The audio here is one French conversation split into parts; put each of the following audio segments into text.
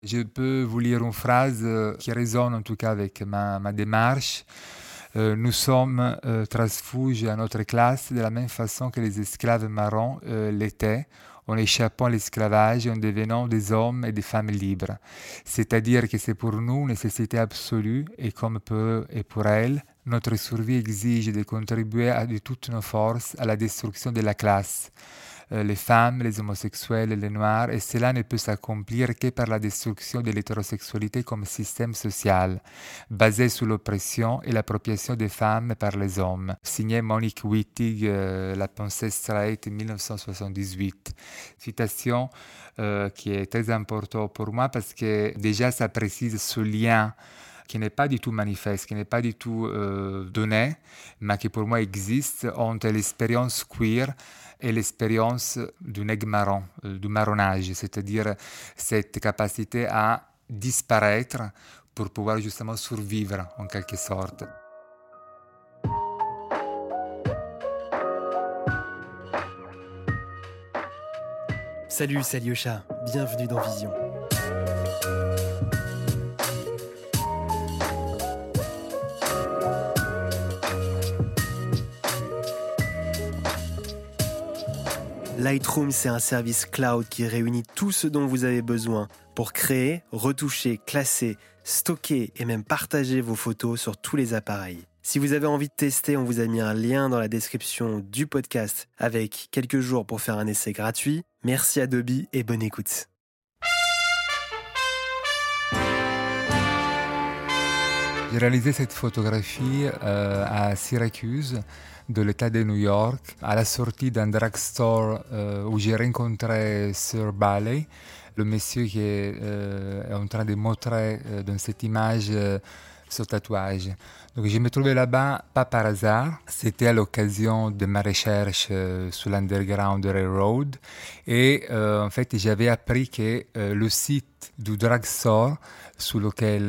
Je peux vous lire une phrase qui résonne en tout cas avec ma démarche. Nous sommes transfuges à notre classe de la même façon que les esclaves marrons l'étaient, en échappant à l'esclavage et en devenant des hommes et des femmes libres. C'est-à-dire que c'est pour nous une nécessité absolue et comme pour eux et pour elles, notre survie exige de contribuer de toutes nos forces à la destruction de la classe. Les femmes, les homosexuels et les noirs, et cela ne peut s'accomplir que par la destruction de l'hétérosexualité comme système social, basé sur l'oppression et l'appropriation des femmes par les hommes. Signé Monique Wittig, La pensée straight, 1978. Citation qui est très importante pour moi parce que déjà ça précise ce lien qui n'est pas du tout manifeste, qui n'est pas du tout donné, mais qui pour moi existe entre l'expérience queer et l'expérience du nègre marron, du marronnage, c'est-à-dire cette capacité à disparaître pour pouvoir justement survivre en quelque sorte. Salut, c'est Alyosha, bienvenue dans Vision. Lightroom, c'est un service cloud qui réunit tout ce dont vous avez besoin pour créer, retoucher, classer, stocker et même partager vos photos sur tous les appareils. Si vous avez envie de tester, on vous a mis un lien dans la description du podcast avec quelques jours pour faire un essai gratuit. Merci Adobe et bonne écoute. J'ai réalisé cette photographie à Syracuse, de l'État de New York, à la sortie d'un drugstore où j'ai rencontré Sir Bailey, le monsieur qui est en train de montrer dans cette image ce tatouage. Donc je me trouvais là-bas pas par hasard, c'était à l'occasion de ma recherche sur l'Underground Railroad et en fait j'avais appris que le site du drugstore sur lequel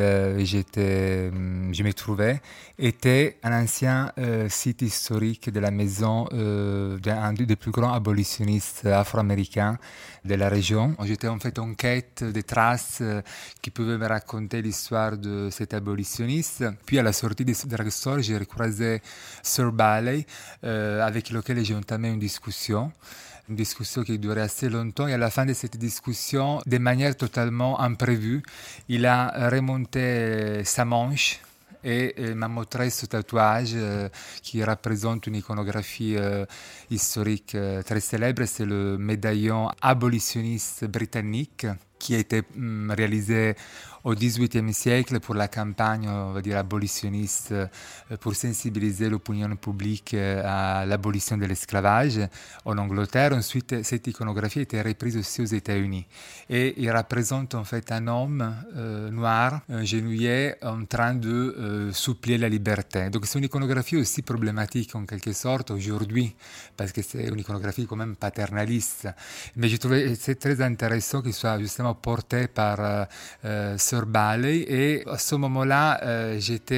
je me trouvais était un ancien site historique de la maison d'un des plus grands abolitionnistes afro-américains de la région. J'étais en fait en quête des traces qui pouvaient me raconter l'histoire de cet abolitionniste. Puis à la sortie de ce drugstore, j'ai recroisé Sir Bailey avec lequel j'ai entamé une discussion qui durait assez longtemps et à la fin de cette discussion, de manière totalement imprévue, il a remonté sa manche et m'a montré ce tatouage qui représente une iconographie historique très célèbre. C'est le médaillon abolitionniste britannique qui a été réalisé au XVIIIe siècle pour la campagne, on va dire, abolitionniste, pour sensibiliser l'opinion publique à l'abolition de l'esclavage en Angleterre. Ensuite, cette iconographie a été reprise aussi aux États-Unis. Et il représente en fait un homme noir, genouillé, en train de supplier la liberté. Donc c'est une iconographie aussi problématique en quelque sorte aujourd'hui, parce que c'est une iconographie quand même paternaliste. Mais je trouvais c'est très intéressant qu'il soit justement porté par Sir Bailey et à ce moment-là,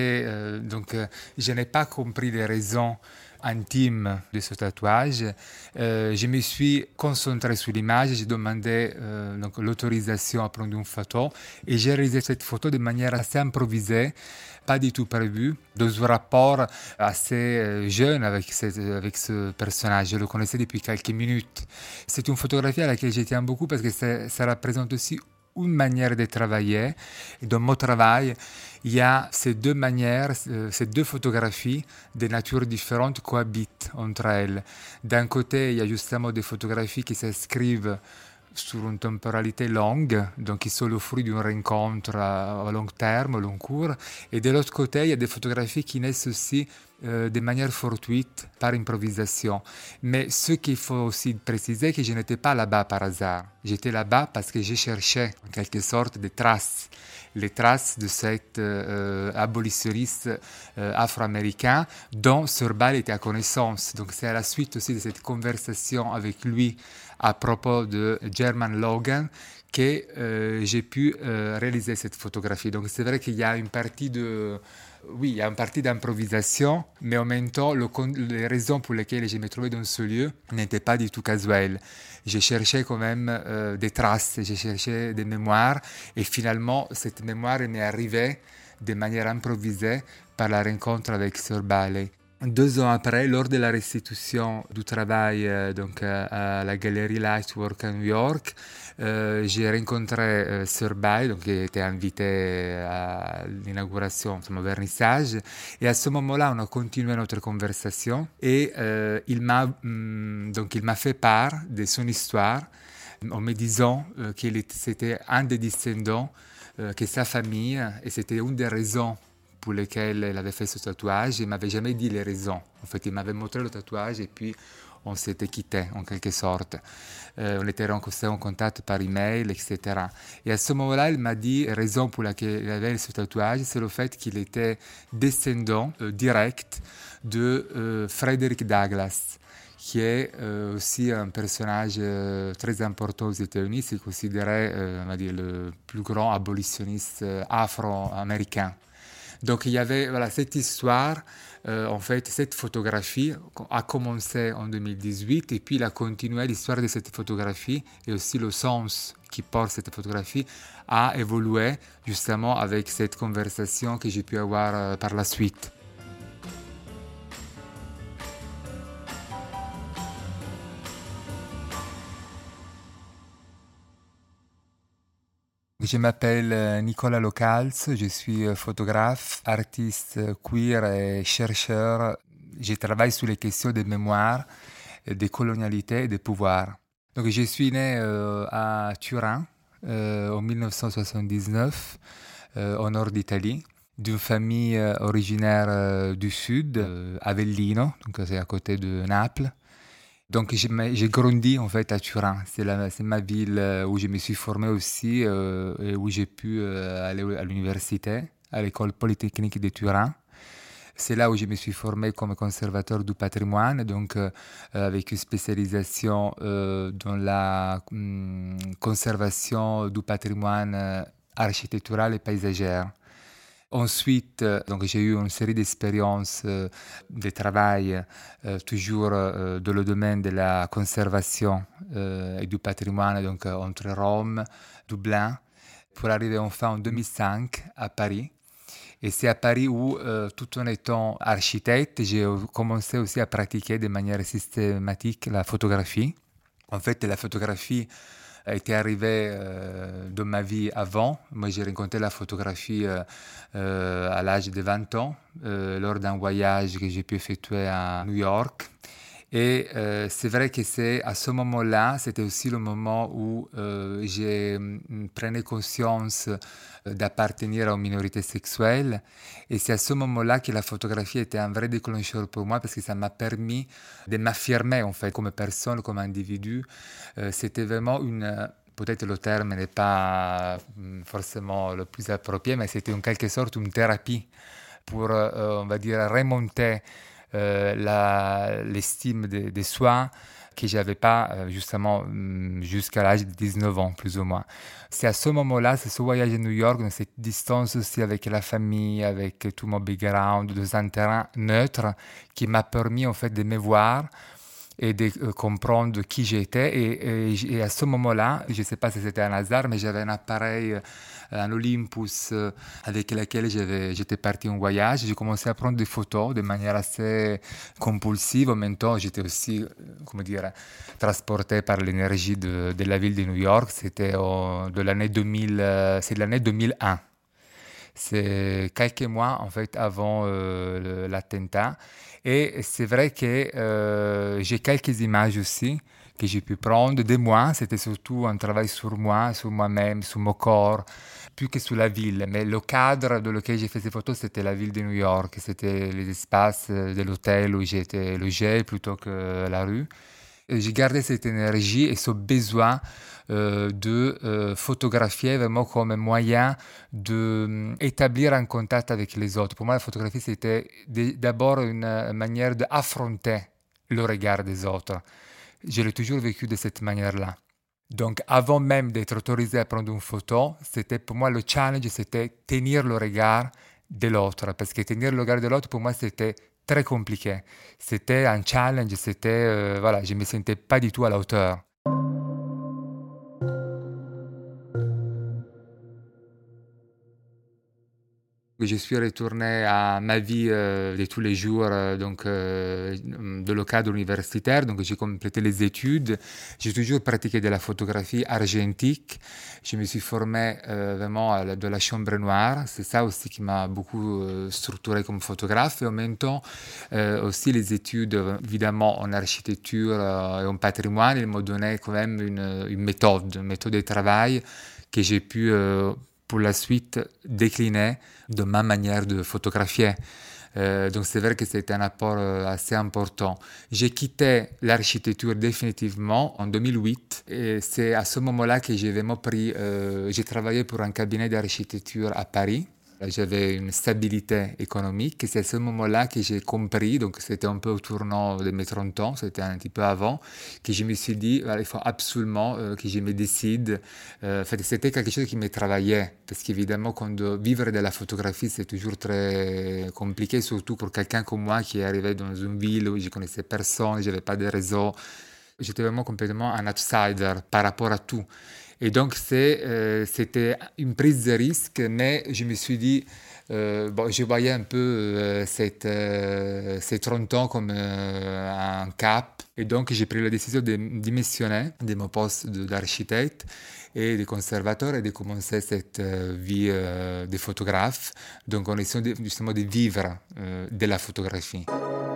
je n'ai pas compris les raisons intimes de ce tatouage. Je me suis concentré sur l'image, j'ai demandé l'autorisation à prendre une photo et j'ai réalisé cette photo de manière assez improvisée, pas du tout prévue, dans un rapport assez jeune avec ce personnage. Je le connaissais depuis quelques minutes. C'est une photographie à laquelle je tiens beaucoup parce que ça représente aussi une manière de travailler. Et dans mon travail, il y a ces deux manières, ces deux photographies de natures différentes cohabitent entre elles. D'un côté, il y a justement des photographies qui s'inscrivent sur une temporalité longue, donc qui sont le fruit d'une rencontre à long terme, au long cours. Et de l'autre côté, il y a des photographies qui naissent aussi de manière fortuite, par improvisation. Mais ce qu'il faut aussi préciser, c'est que je n'étais pas là-bas par hasard. J'étais là-bas parce que je cherchais, en quelque sorte, des traces. Les traces de cet abolitionniste afro-américain dont Sir Bailey était à connaissance. Donc c'est à la suite aussi de cette conversation avec lui à propos de German Logan que j'ai pu réaliser cette photographie. Donc c'est vrai qu'il y a une partie oui, il y a une partie d'improvisation, mais en même temps, les raisons pour lesquelles je me trouvais dans ce lieu n'étaient pas du tout casuelles. J'ai cherché quand même des traces, j'ai cherché des mémoires, et finalement, cette mémoire m'est arrivée de manière improvisée par la rencontre avec Sir Bailey. 2 ans après, lors de la restitution du travail à la galerie Lightwork à New York, j'ai rencontré Sir Bailey, donc, qui était invité à l'inauguration, au vernissage, et à ce moment-là, on a continué notre conversation et il m'a fait part de son histoire en me disant c'était un des descendants que sa famille, et c'était une des raisons pour lesquelles elle avait fait ce tatouage. Il ne m'avait jamais dit les raisons. En fait, il m'avait montré le tatouage et puis on s'était quitté en quelque sorte. On était restés en contact par email, etc. Et à ce moment-là, il m'a dit la raison pour laquelle il avait ce tatouage, c'est le fait qu'il était descendant direct de Frederick Douglass, qui est aussi un personnage très important aux États-Unis. C'est considéré on va dire, le plus grand abolitionniste afro-américain. Donc il y avait cette histoire, en fait cette photographie a commencé en 2018 et puis il a continué l'histoire de cette photographie et aussi le sens qui porte cette photographie a évolué justement avec cette conversation que j'ai pu avoir par la suite. Je m'appelle Nicolas Locals, je suis photographe, artiste queer et chercheur. Je travaille sur les questions de mémoire, de colonialité et de pouvoir. Donc, je suis né à Turin en 1979, au nord d'Italie, d'une famille originaire du sud, Avellino, donc c'est à côté de Naples. Donc j'ai grandi en fait à Turin, c'est ma ville où je me suis formé aussi et où j'ai pu aller à l'université, à l'école polytechnique de Turin. C'est là où je me suis formé comme conservateur du patrimoine, donc avec une spécialisation dans la conservation du patrimoine architectural et paysager. Ensuite, donc j'ai eu une série d'expériences de travail, toujours dans le domaine de la conservation et du patrimoine, donc entre Rome, Dublin, pour arriver enfin en 2005 à Paris. Et c'est à Paris où, tout en étant architecte, j'ai commencé aussi à pratiquer de manière systématique la photographie. En fait, la photographie était arrivé dans ma vie avant. Moi, j'ai rencontré la photographie à l'âge de 20 ans, lors d'un voyage que j'ai pu effectuer à New York. Et c'est vrai que c'est à ce moment-là, c'était aussi le moment où j'ai pris conscience d'appartenir à une minorité sexuelle. Et c'est à ce moment-là que la photographie était un vrai déclencheur pour moi parce que ça m'a permis de m'affirmer en fait comme personne, comme individu. C'était vraiment peut-être le terme n'est pas forcément le plus approprié, mais c'était en quelque sorte une thérapie pour, on va dire, remonter l'estime de soi que je n'avais pas justement jusqu'à l'âge de 19 ans, plus ou moins. C'est à ce moment-là, c'est ce voyage à New York, dans cette distance aussi avec la famille, avec tout mon background, dans un terrain neutre, qui m'a permis en fait de me voir et de comprendre qui j'étais. Et à ce moment-là, je ne sais pas si c'était un hasard, mais j'avais un appareil, un Olympus, avec lequel j'étais parti en voyage. J'ai commencé à prendre des photos de manière assez compulsive. En même temps, j'étais aussi, transporté par l'énergie de la ville de New York. C'était de l'année 2000, c'est l'année 2001. C'est quelques mois en fait avant l'attentat. Et c'est vrai que j'ai quelques images aussi que j'ai pu prendre de moi. C'était surtout un travail sur moi, sur moi-même, sur mon corps, plus que sur la ville. Mais le cadre dans lequel j'ai fait ces photos, c'était la ville de New York. C'était les espaces de l'hôtel où j'étais logé plutôt que la rue. Et j'ai gardé cette énergie et ce besoin de photographier vraiment comme moyen d'établir un contact avec les autres. Pour moi, la photographie, c'était d'abord une manière d'affronter le regard des autres. Je l'ai toujours vécu de cette manière-là. Donc, avant même d'être autorisé à prendre une photo, c'était pour moi le challenge, c'était tenir le regard de l'autre. Parce que tenir le regard de l'autre, pour moi, c'était très compliqué. C'était un challenge, voilà, je ne me sentais pas du tout à la hauteur. Je suis retourné à ma vie de tous les jours de le cadre universitaire. Donc j'ai complété les études. J'ai toujours pratiqué de la photographie argentique. Je me suis formé vraiment de la chambre noire. C'est ça aussi qui m'a beaucoup structuré comme photographe. Et en même temps, aussi les études, évidemment, en architecture et en patrimoine, ils m'ont donné quand même une méthode de travail que j'ai pu pour la suite décliner de ma manière de photographier. Donc c'est vrai que c'était un apport assez important. J'ai quitté l'architecture définitivement en 2008 et c'est à ce moment-là que j'ai vraiment j'ai travaillé pour un cabinet d'architecture à Paris. J'avais une stabilité économique et c'est à ce moment-là que j'ai compris, donc c'était un peu au tournant de mes 30 ans, c'était un petit peu avant, que je me suis dit, voilà, il faut absolument que je me décide. En fait, c'était quelque chose qui me travaillait, parce qu'évidemment, quand vivre de la photographie, c'est toujours très compliqué, surtout pour quelqu'un comme moi qui est arrivé dans une ville où je connaissais personne, je n'avais pas de réseau. J'étais vraiment complètement un outsider par rapport à tout. Et donc, c'était une prise de risque, mais je me suis dit, je voyais un peu ces 30 ans comme un cap. Et donc, j'ai pris la décision de démissionner de mon poste d'architecte et de conservateur et de commencer cette vie de photographe. Donc, on essaie justement de vivre de la photographie.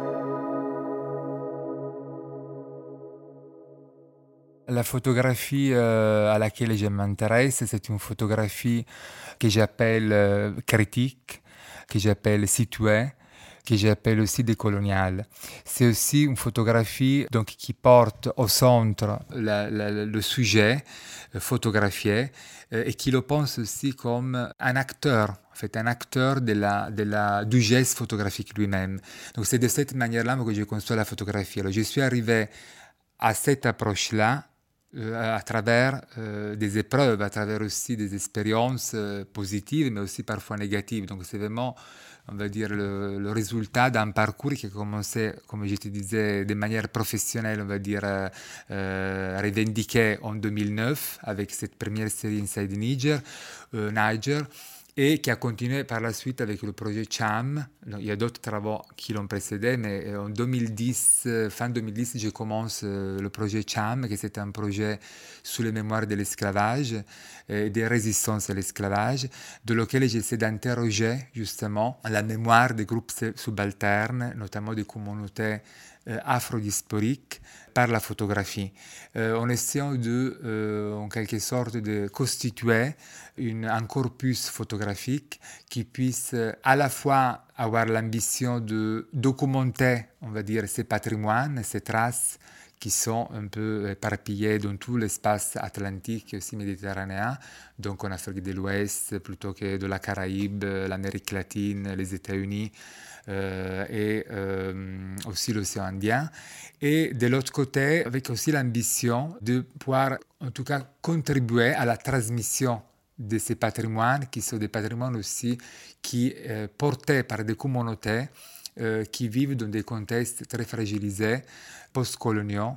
La photographie à laquelle je m'intéresse, c'est une photographie que j'appelle critique, que j'appelle située, que j'appelle aussi décoloniale. C'est aussi une photographie donc, qui porte au centre le sujet photographié et qui le pense aussi comme un acteur, en fait, un acteur du geste photographique lui-même. Donc c'est de cette manière-là que je conçois la photographie. Alors, je suis arrivé à cette approche-là à travers des épreuves, à travers aussi des expériences positives, mais aussi parfois négatives. Donc c'est vraiment, on va dire, le résultat d'un parcours qui a commencé, comme je te disais, de manière professionnelle, on va dire, revendiquée en 2009 avec cette première série Inside Niger, Niger et qui a continué par la suite avec le projet CHAM. Donc, il y a d'autres travaux qui l'ont précédé, mais en 2010, fin 2010, je commence le projet CHAM, qui c'est un projet sur les mémoires de l'esclavage et des résistances à l'esclavage, de lequel j'essaie d'interroger justement la mémoire des groupes subalternes, notamment des communautés afrodiasporiques, par la photographie, en essayant en quelque sorte, de constituer un corpus photographique qui puisse à la fois avoir l'ambition de documenter, on va dire, ces patrimoines, ces traces qui sont un peu éparpillées dans tout l'espace atlantique et aussi méditerranéen, donc en Afrique de l'Ouest plutôt que de la Caraïbe, l'Amérique latine, les États-Unis et aussi l'océan Indien. Et de l'autre côté, avec aussi l'ambition de pouvoir en tout cas contribuer à la transmission de ces patrimoines, qui sont des patrimoines aussi qui portés par des communautés qui vivent dans des contextes très fragilisés, post-coloniaux,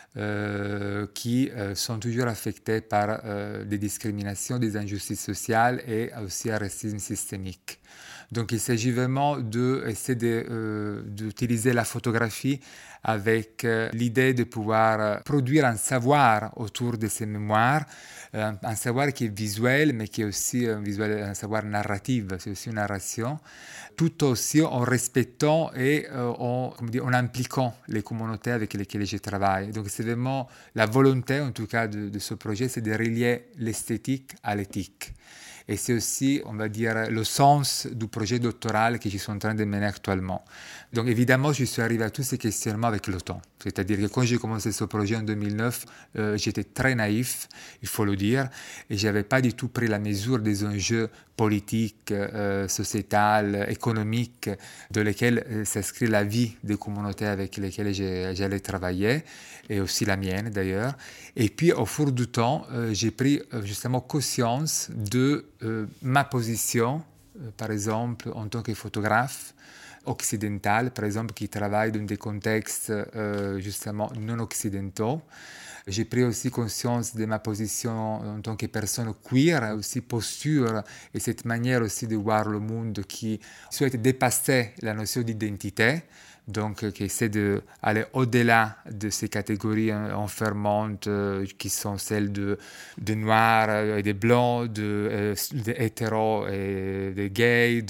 qui sont toujours affectés par des discriminations, des injustices sociales et aussi un racisme systémique. Donc il s'agit vraiment d'essayer d'utiliser la photographie avec l'idée de pouvoir produire un savoir autour de ces mémoires, un savoir qui est visuel, mais qui est aussi un savoir narratif, c'est aussi une narration, tout aussi en respectant et en impliquant les communautés avec lesquelles je travaille. Donc c'est vraiment la volonté, en tout cas, de ce projet, c'est de relier l'esthétique à l'éthique. Et c'est aussi, on va dire, le sens du projet doctoral que je suis en train de mener actuellement. Donc évidemment, je suis arrivé à tous ces questionnements avec le temps. C'est-à-dire que quand j'ai commencé ce projet en 2009, j'étais très naïf, il faut le dire, et je n'avais pas du tout pris la mesure des enjeux politiques, sociétals, économiques, de lesquels s'inscrit la vie des communautés avec lesquelles j'allais travailler, et aussi la mienne d'ailleurs. Et puis au cours du temps, j'ai pris justement conscience de ma position, par exemple en tant que photographe occidental, par exemple, qui travaille dans des contextes justement non occidentaux. J'ai pris aussi conscience de ma position en tant que personne queer, aussi posture et cette manière aussi de voir le monde qui souhaite dépasser la notion d'identité, donc qui essaie d'aller au-delà de ces catégories enfermantes qui sont celles de noirs et de blancs, de hétéros et de gays,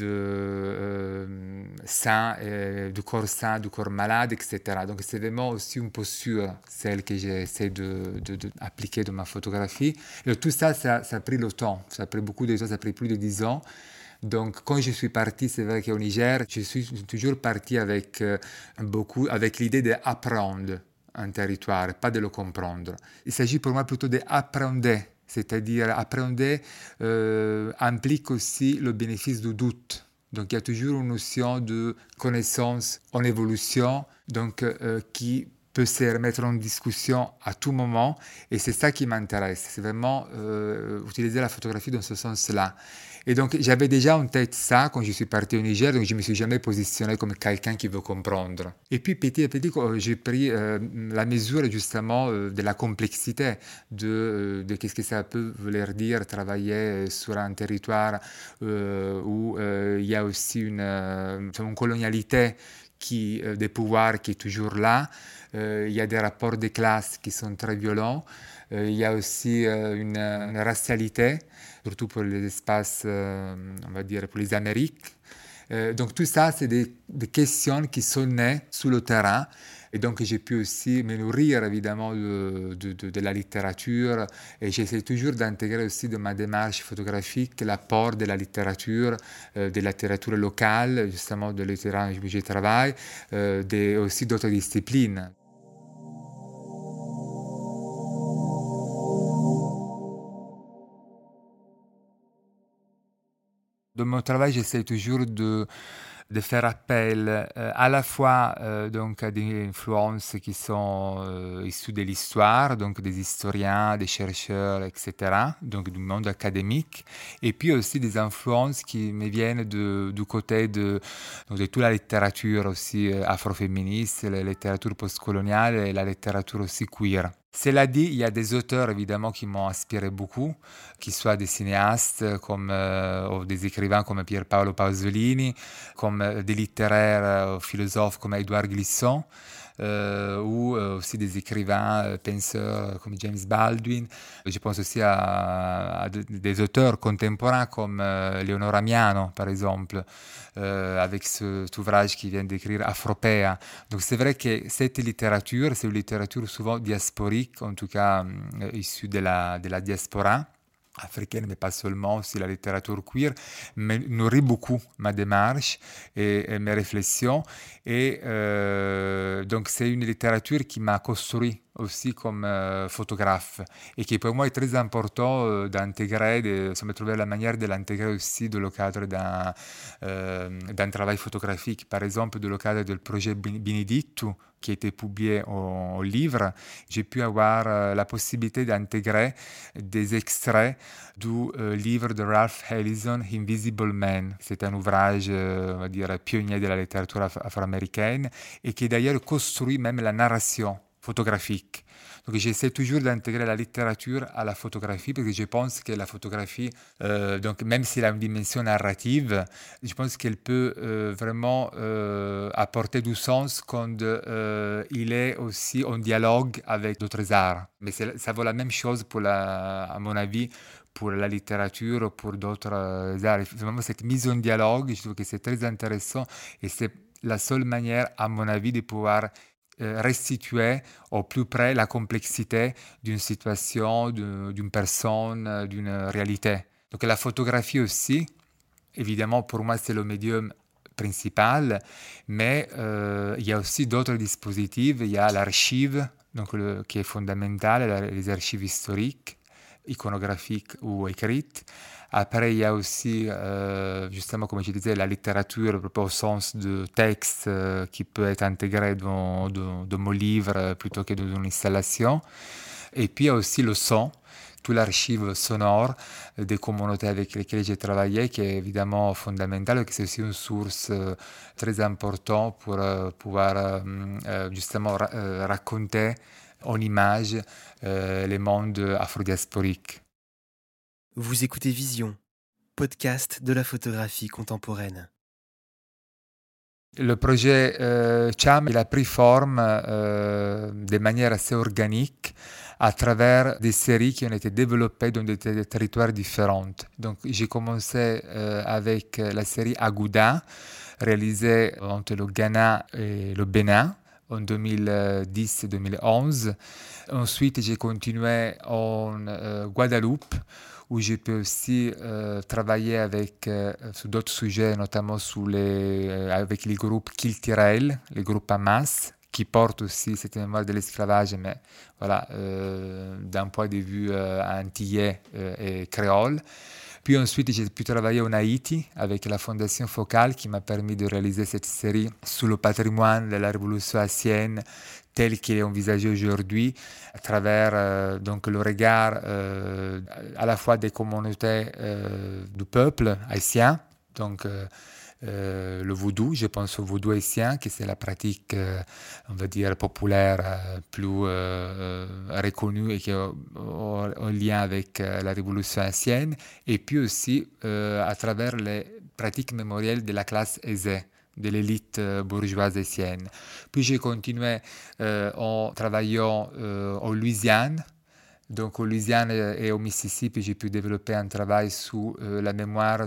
de sains, du corps sain, du corps malade, etc. Donc c'est vraiment aussi une posture, celle que j'essaie d'appliquer dans ma photographie. Et tout ça, ça a pris le temps, ça a pris beaucoup de temps, ça a pris plus de 10 ans. Donc, quand je suis parti, c'est vrai qu'au Niger, je suis toujours parti avec avec l'idée d'apprendre un territoire, pas de le comprendre. Il s'agit pour moi plutôt d'apprendre, c'est-à-dire apprendre implique aussi le bénéfice du doute. Donc, il y a toujours une notion de connaissance en évolution, donc qui peut se remettre en discussion à tout moment, et c'est ça qui m'intéresse. C'est vraiment utiliser la photographie dans ce sens-là. Et donc, j'avais déjà en tête ça quand je suis parti au Niger, donc je ne me suis jamais positionné comme quelqu'un qui veut comprendre. Et puis, petit à petit, j'ai pris la mesure justement de la complexité de qu'est-ce que ça peut vouloir dire travailler sur un territoire où il y a aussi une colonialité des pouvoirs qui est toujours là. Il y a des rapports de classe qui sont très violents. Il y a aussi une racialité, surtout pour les espaces, on va dire, pour les Amériques. Donc tout ça, c'est des questions qui sont nées sur le terrain. Et donc j'ai pu aussi me nourrir évidemment de la littérature, et j'essaie toujours d'intégrer aussi dans ma démarche photographique l'apport de la littérature locale, justement de littérature où je travaille, aussi d'autres disciplines. Dans mon travail, j'essaie toujours de faire appel à la fois donc à des influences qui sont issues de l'histoire, donc des historiens, des chercheurs, etc., donc du monde académique, et puis aussi des influences qui me viennent du côté de toute la littérature aussi afroféministe, la littérature postcoloniale et la littérature aussi queer. Cela dit, il y a des auteurs évidemment qui m'ont inspiré beaucoup, qu'ils soient des cinéastes ou des écrivains comme Pier Paolo Pasolini, comme des littéraires philosophes comme Édouard Glissant, ou aussi des écrivains, penseurs comme James Baldwin. Je pense aussi à des auteurs contemporains comme Leonora Miano, par exemple, avec cet ouvrage qui vient d'écrire Afropéa. Donc c'est vrai que cette littérature, c'est une littérature souvent diasporique, en tout cas issue de la diaspora africaine, mais pas seulement, aussi la littérature queer, mais nourrit beaucoup ma démarche et mes réflexions. Et donc c'est une littérature qui m'a construit aussi comme photographe, et qui pour moi est très important d'intégrer, de trouver la manière de l'intégrer aussi dans le cadre d'un travail photographique. Par exemple, dans le cadre du projet Benedetto, qui a été publié en livre, j'ai pu avoir la possibilité d'intégrer des extraits du livre de Ralph Ellison, Invisible Man. C'est un ouvrage, on va dire, pionnier de la littérature afro-américaine, et qui d'ailleurs construit même la narration photographique. Donc j'essaie toujours d'intégrer la littérature à la photographie, parce que je pense que la photographie, donc même s'il a une dimension narrative, je pense qu'elle peut vraiment apporter du sens quand il est aussi en dialogue avec d'autres arts. Mais ça vaut la même chose à mon avis, pour la littérature, pour d'autres arts. Vraiment, cette mise en dialogue, je trouve que c'est très intéressant, et c'est la seule manière, à mon avis, de pouvoir restituer au plus près la complexité d'une situation, d'une personne, d'une réalité. Donc la photographie aussi, évidemment pour moi c'est le médium principal, mais il y a aussi d'autres dispositifs. Il y a l'archive, donc qui est fondamentale, les archives historiques, iconographiques ou écrites. Après, il y a aussi, justement, comme je disais, la littérature, proprio au sens de texte qui peut être intégré dans mon livre plutôt que dans une installation. Et puis, il y a aussi le son, toute l'archive sonore des communautés avec lesquelles j'ai travaillé, qui est évidemment fondamentale et qui c'est aussi une source très importante pour pouvoir justement raconter en images les mondes afrodiasporiques. Vous écoutez Vision, podcast de la photographie contemporaine. Le projet CHAM, il a pris forme de manière assez organique à travers des séries qui ont été développées dans des territoires différents. Donc j'ai commencé avec la série Agouda, réalisée entre le Ghana et le Bénin en 2010 et 2011. Ensuite, j'ai continué en Guadeloupe, où j'ai pu aussi travailler sur d'autres sujets, notamment avec les groupes culturels, les groupes Hamas, qui portent aussi cette mémoire de l'esclavage, mais voilà, d'un point de vue antillais et créole. Puis ensuite, j'ai pu travailler en Haïti avec la Fondation Focale qui m'a permis de réaliser cette série sur le patrimoine de la révolution haïtienne tel qu'il est envisagé aujourd'hui à travers donc le regard à la fois des communautés du peuple haïtien, donc le vaudou, je pense au vaudou haïtien, qui c'est la pratique, on va dire, populaire, plus reconnue et qui est en lien avec la révolution haïtienne, et puis aussi à travers les pratiques mémorielles de la classe aisée, de l'élite bourgeoise haïtienne. Puis j'ai continué en travaillant en Louisiane. Donc, au Louisiane et au Mississippi, j'ai pu développer un travail sur la mémoire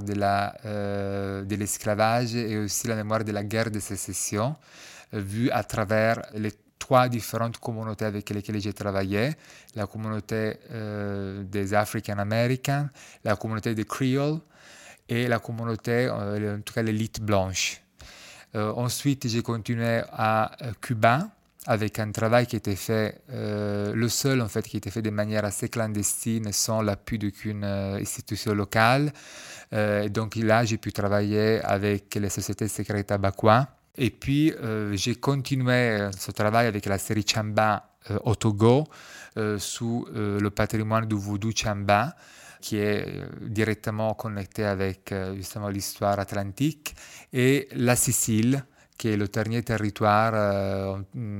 de l'esclavage et aussi la mémoire de la guerre de sécession, vue à travers les 3 différentes communautés avec lesquelles j'ai travaillé, la communauté des African Americans, la communauté des Creoles et la communauté, en tout cas l'élite blanche. Ensuite, j'ai continué à Cuba, avec un travail qui était fait, le seul en fait, qui était fait de manière assez clandestine, sans l'appui d'aucune institution locale. Donc là, j'ai pu travailler avec les sociétés secrètes tabacois. Et puis, j'ai continué ce travail avec la série Chamba au Togo, sous le patrimoine du vaudou Chamba, qui est directement connecté avec justement l'histoire atlantique, et la Sicile, qui est le dernier territoire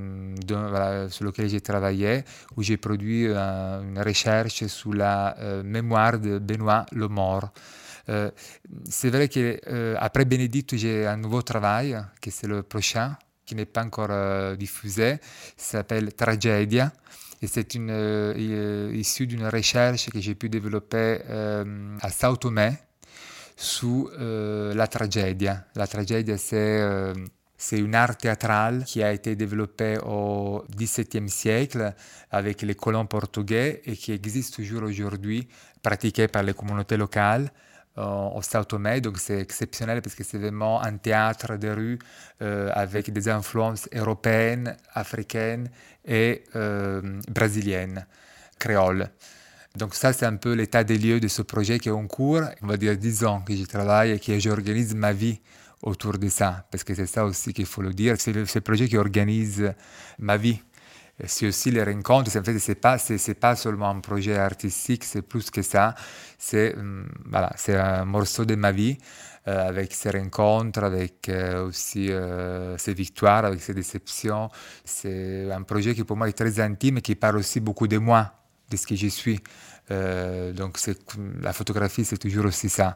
sur lequel j'ai travaillé, où j'ai produit une recherche sur la mémoire de Benoît Lemort. C'est vrai qu'après Bénédicte, j'ai un nouveau travail, qui c'est le prochain, qui n'est pas encore diffusé, ça s'appelle Tragedia. Et c'est issu d'une recherche que j'ai pu développer à Sao Tomé sur la tragedia. La tragedia, c'est une art théâtrale qui a été développée au XVIIe siècle avec les colons portugais et qui existe toujours aujourd'hui, pratiquée par les communautés locales au Sao Tomé. Donc c'est exceptionnel parce que c'est vraiment un théâtre de rue avec des influences européennes, africaines et brésiliennes, créoles. Donc ça, c'est un peu l'état des lieux de ce projet qui est en cours. On va dire 10 ans que j'y travaille et que j'organise ma vie autour de ça, parce que c'est ça aussi qu'il faut le dire. C'est le projet qui organise ma vie. C'est aussi les rencontres. En fait, c'est pas seulement un projet artistique, c'est plus que ça. C'est un morceau de ma vie, avec ses rencontres, avec aussi ses victoires, avec ses déceptions. C'est un projet qui pour moi est très intime et qui parle aussi beaucoup de moi, de ce que je suis. Donc la photographie, c'est toujours aussi ça.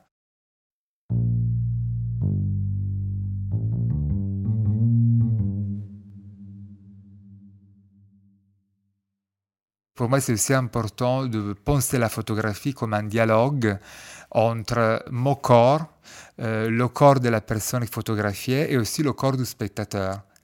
Pour moi, c'est aussi important de penser la photographie comme un dialogue entre mon corps, le corps de la personne photographiée et aussi le corps du spectateur.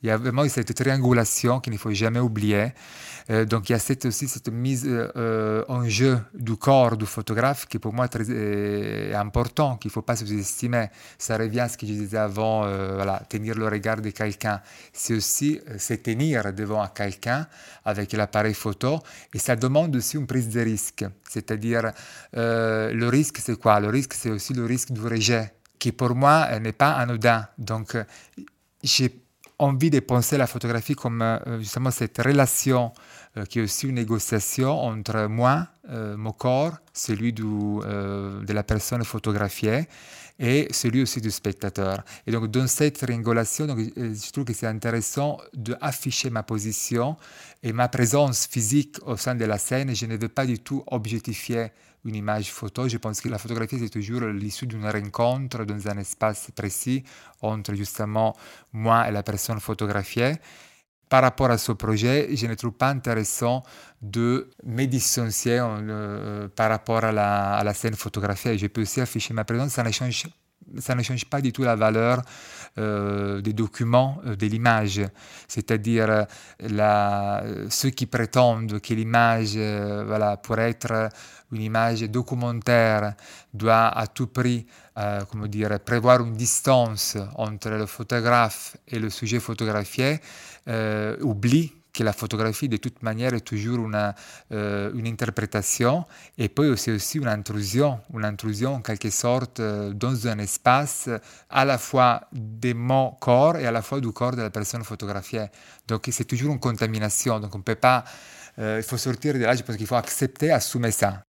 Il y a vraiment cette triangulation qu'il ne faut jamais oublier. Donc il y a aussi cette mise en jeu du corps du photographe qui pour moi est très important, qu'il ne faut pas sous-estimer. Ça revient à ce que je disais avant, tenir le regard de quelqu'un. C'est aussi se tenir devant quelqu'un avec l'appareil photo et ça demande aussi une prise de risque. C'est-à-dire, le risque c'est quoi? Le risque c'est aussi le risque du rejet qui pour moi n'est pas anodin. Donc j'ai envie de penser la photographie comme justement cette relation qui est aussi une négociation entre moi, mon corps, celui de la personne photographiée et celui aussi du spectateur. Et donc dans cette triangulation, donc, je trouve que c'est intéressant d'afficher ma position et ma présence physique au sein de la scène. Je ne veux pas du tout objectifier une image photo. Je pense que la photographie, c'est toujours l'issue d'une rencontre dans un espace précis entre justement moi et la personne photographiée. Par rapport à ce projet, je ne trouve pas intéressant de me dissocier par rapport à la scène photographiée. Je peux aussi afficher ma présence, ça ne change pas du tout la valeur des documents de l'image. C'est-à-dire ceux qui prétendent que l'image pourrait être une image documentaire doit à tout prix prévoir une distance entre le photographe et le sujet photographié, oublie que la photographie de toute manière est toujours une interprétation et puis c'est aussi une intrusion en quelque sorte dans un espace à la fois de mon corps et à la fois du corps de la personne photographiée. Donc c'est toujours une contamination, donc on ne peut pas, il faut sortir de là, je pense qu'il faut accepter, assumer ça.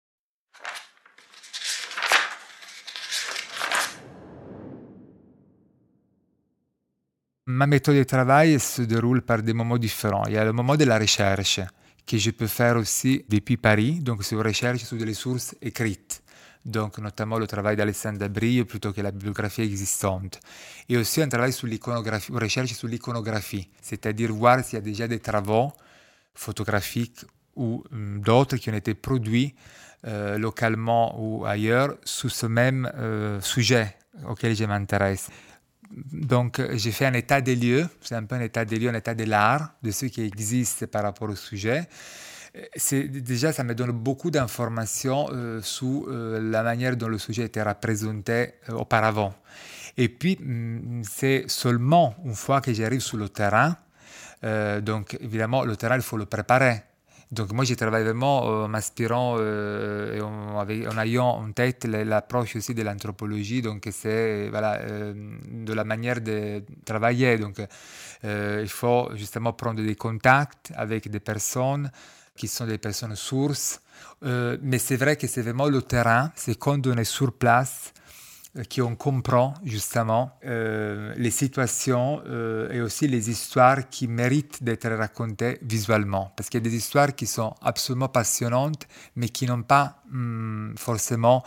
Ma méthode de travail se déroule par des moments différents. Il y a le moment de la recherche, que je peux faire aussi depuis Paris, donc c'est une recherche sur des sources écrites, donc notamment le travail d'Alessandra Brio plutôt que la bibliographie existante. Et aussi un travail sur l'iconographie, une recherche sur l'iconographie, c'est-à-dire voir s'il y a déjà des travaux photographiques ou d'autres qui ont été produits localement ou ailleurs sous ce même sujet auquel je m'intéresse. Donc, j'ai fait un état des lieux, c'est un peu un état des lieux, un état de l'art, de ce qui existe par rapport au sujet. Déjà, ça me donne beaucoup d'informations sur la manière dont le sujet était représenté auparavant. Et puis, c'est seulement une fois que j'arrive sur le terrain, donc évidemment, le terrain, il faut le préparer. Donc moi, je travaille vraiment en m'inspirant et en ayant en tête l'approche aussi de l'anthropologie. Donc c'est de la manière de travailler. Donc il faut justement prendre des contacts avec des personnes qui sont des personnes sources. Mais c'est vrai que c'est vraiment le terrain, c'est quand on est sur place qu'on comprend justement les situations et aussi les histoires qui méritent d'être racontées visuellement. Parce qu'il y a des histoires qui sont absolument passionnantes, mais qui n'ont pas forcément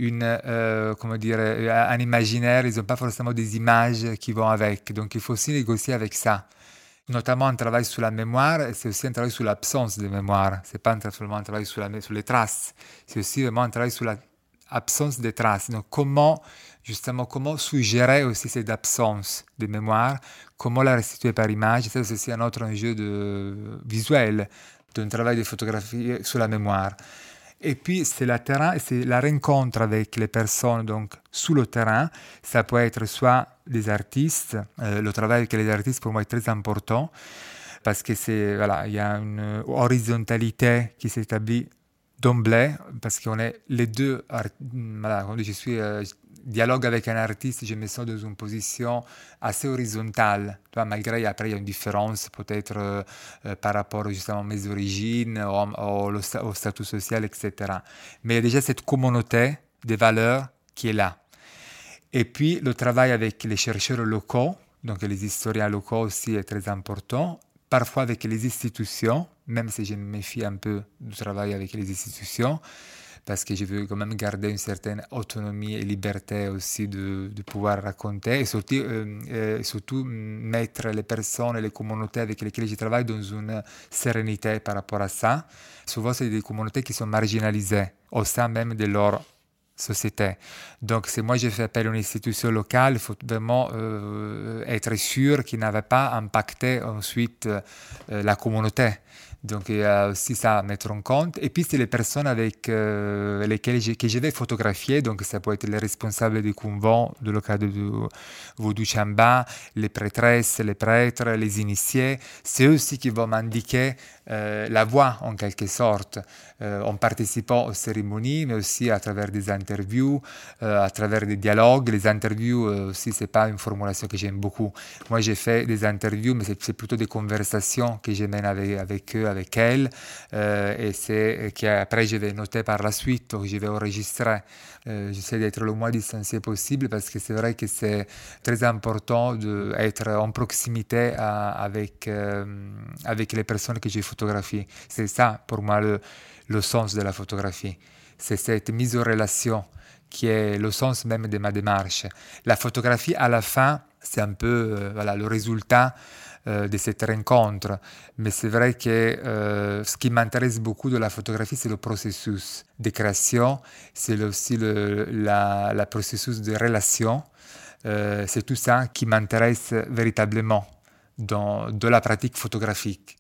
un imaginaire, ils n'ont pas forcément des images qui vont avec. Donc il faut aussi négocier avec ça. Notamment un travail sur la mémoire, c'est aussi un travail sur l'absence de mémoire. Ce n'est pas seulement un travail sur les traces, c'est aussi vraiment un travail sur l'absence de traces. Donc comment suggérer aussi cette absence de mémoire, comment la restituer par image. Ça, c'est aussi un autre enjeu visuel d'un travail de photographie sur la mémoire. Et puis, c'est le terrain, c'est la rencontre avec les personnes donc, sur le terrain. Ça peut être soit des artistes. Le travail avec les artistes, pour moi, est très important parce que il y a une horizontalité qui s'établit d'emblée, parce qu'on est les deux, quand je suis dialogue avec un artiste, je me sens dans une position assez horizontale, malgré après il y a une différence peut-être par rapport justement à mes origines, au statut social, etc. Mais il y a déjà cette communauté des valeurs qui est là. Et puis le travail avec les chercheurs locaux, donc les historiens locaux aussi est très important, parfois avec les institutions, même si je me méfie un peu du travail avec les institutions, parce que je veux quand même garder une certaine autonomie et liberté aussi de pouvoir raconter, et surtout mettre les personnes et les communautés avec lesquelles je travaille dans une sérénité par rapport à ça. Souvent, c'est des communautés qui sont marginalisées au sein même de leur société. Donc, si moi j'ai fait appel à une institution locale, il faut vraiment être sûr qu'il n'avait pas impacté ensuite la communauté. Donc, il y a aussi ça à mettre en compte. Et puis, c'est les personnes avec lesquelles que je vais photographier. Donc, ça peut être les responsables du convent, de l'occasion de Vodou Chamba, les prêtresses, les prêtres, les initiés. C'est eux aussi qui vont m'indiquer la voie, en quelque sorte, en participant aux cérémonies, mais aussi à travers des interviews, à travers des dialogues. Les interviews aussi, c'est pas une formulation que j'aime beaucoup. Moi, j'ai fait des interviews, mais c'est plutôt des conversations que je mène avec eux, avec elles, et c'est qu'après je vais noter par la suite, ou je vais enregistrer. J'essaie d'être le moins distancié possible parce que c'est vrai que c'est très important d'être en proximité avec les personnes que je photographie. C'est ça pour moi le sens de la photographie. C'est cette mise en relation qui est le sens même de ma démarche. La photographie, à la fin, c'est un peu voilà, le résultat de cette rencontre. Mais c'est vrai que ce qui m'intéresse beaucoup de la photographie, c'est le processus de création, c'est aussi le processus de relation. C'est tout ça qui m'intéresse véritablement dans la pratique photographique.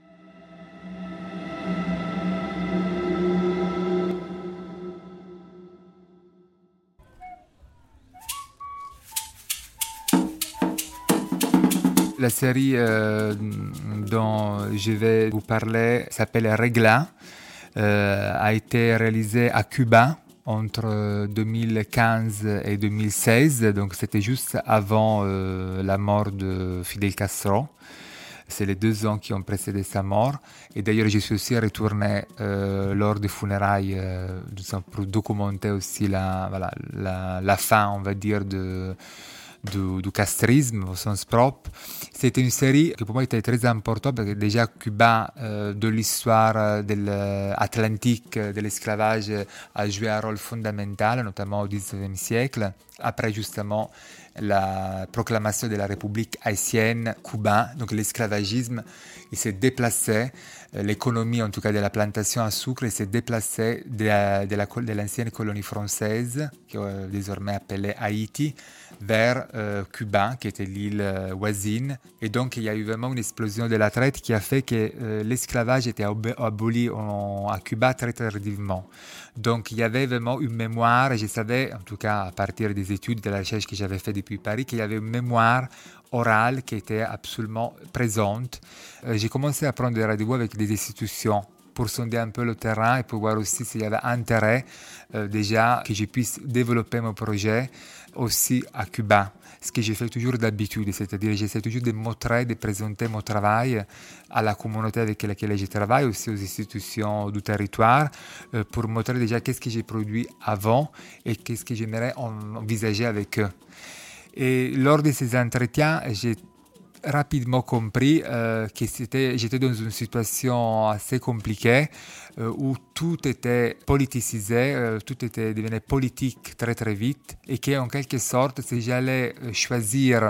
La série dont je vais vous parler s'appelle Regla, a été réalisée à Cuba entre 2015 et 2016, donc c'était juste avant la mort de Fidel Castro. C'est les 2 ans qui ont précédé sa mort. Et d'ailleurs, je suis aussi retourné lors des funérailles pour documenter aussi la fin, on va dire, du castrisme au sens propre. C'était une série qui pour moi était très importante parce que déjà Cuba, de l'histoire de l'Atlantique, de l'esclavage, a joué un rôle fondamental, notamment au XIXe siècle. Après justement la proclamation de la République haïtienne cubaine, donc l'esclavagisme, il s'est déplacé, l'économie en tout cas de la plantation à sucre, il s'est déplacé de l'ancienne colonie française, qui est désormais appelée Haïti, vers Cuba, qui était l'île voisine. Et donc, il y a eu vraiment une explosion de la traite qui a fait que l'esclavage était aboli à Cuba très tardivement. Donc, il y avait vraiment une mémoire, et je savais, en tout cas à partir des études, de la recherche que j'avais fait depuis Paris, qu'il y avait une mémoire orale qui était absolument présente. J'ai commencé à prendre des rendez-vous avec des institutions pour sonder un peu le terrain et pour voir aussi s'il y avait intérêt déjà que je puisse développer mon projet aussi à Cuba. Ce que je fais toujours d'habitude, c'est-à-dire j'essaie toujours de montrer, de présenter mon travail à la communauté avec laquelle je travaille, aussi aux institutions du territoire, pour montrer déjà qu'est-ce que j'ai produit avant et qu'est-ce que j'aimerais envisager avec eux. Et lors de ces entretiens, j'ai rapidement compris que j'étais dans une situation assez compliquée où tout était politisé, tout devenait politique très très vite et qu'en quelque sorte, si j'allais choisir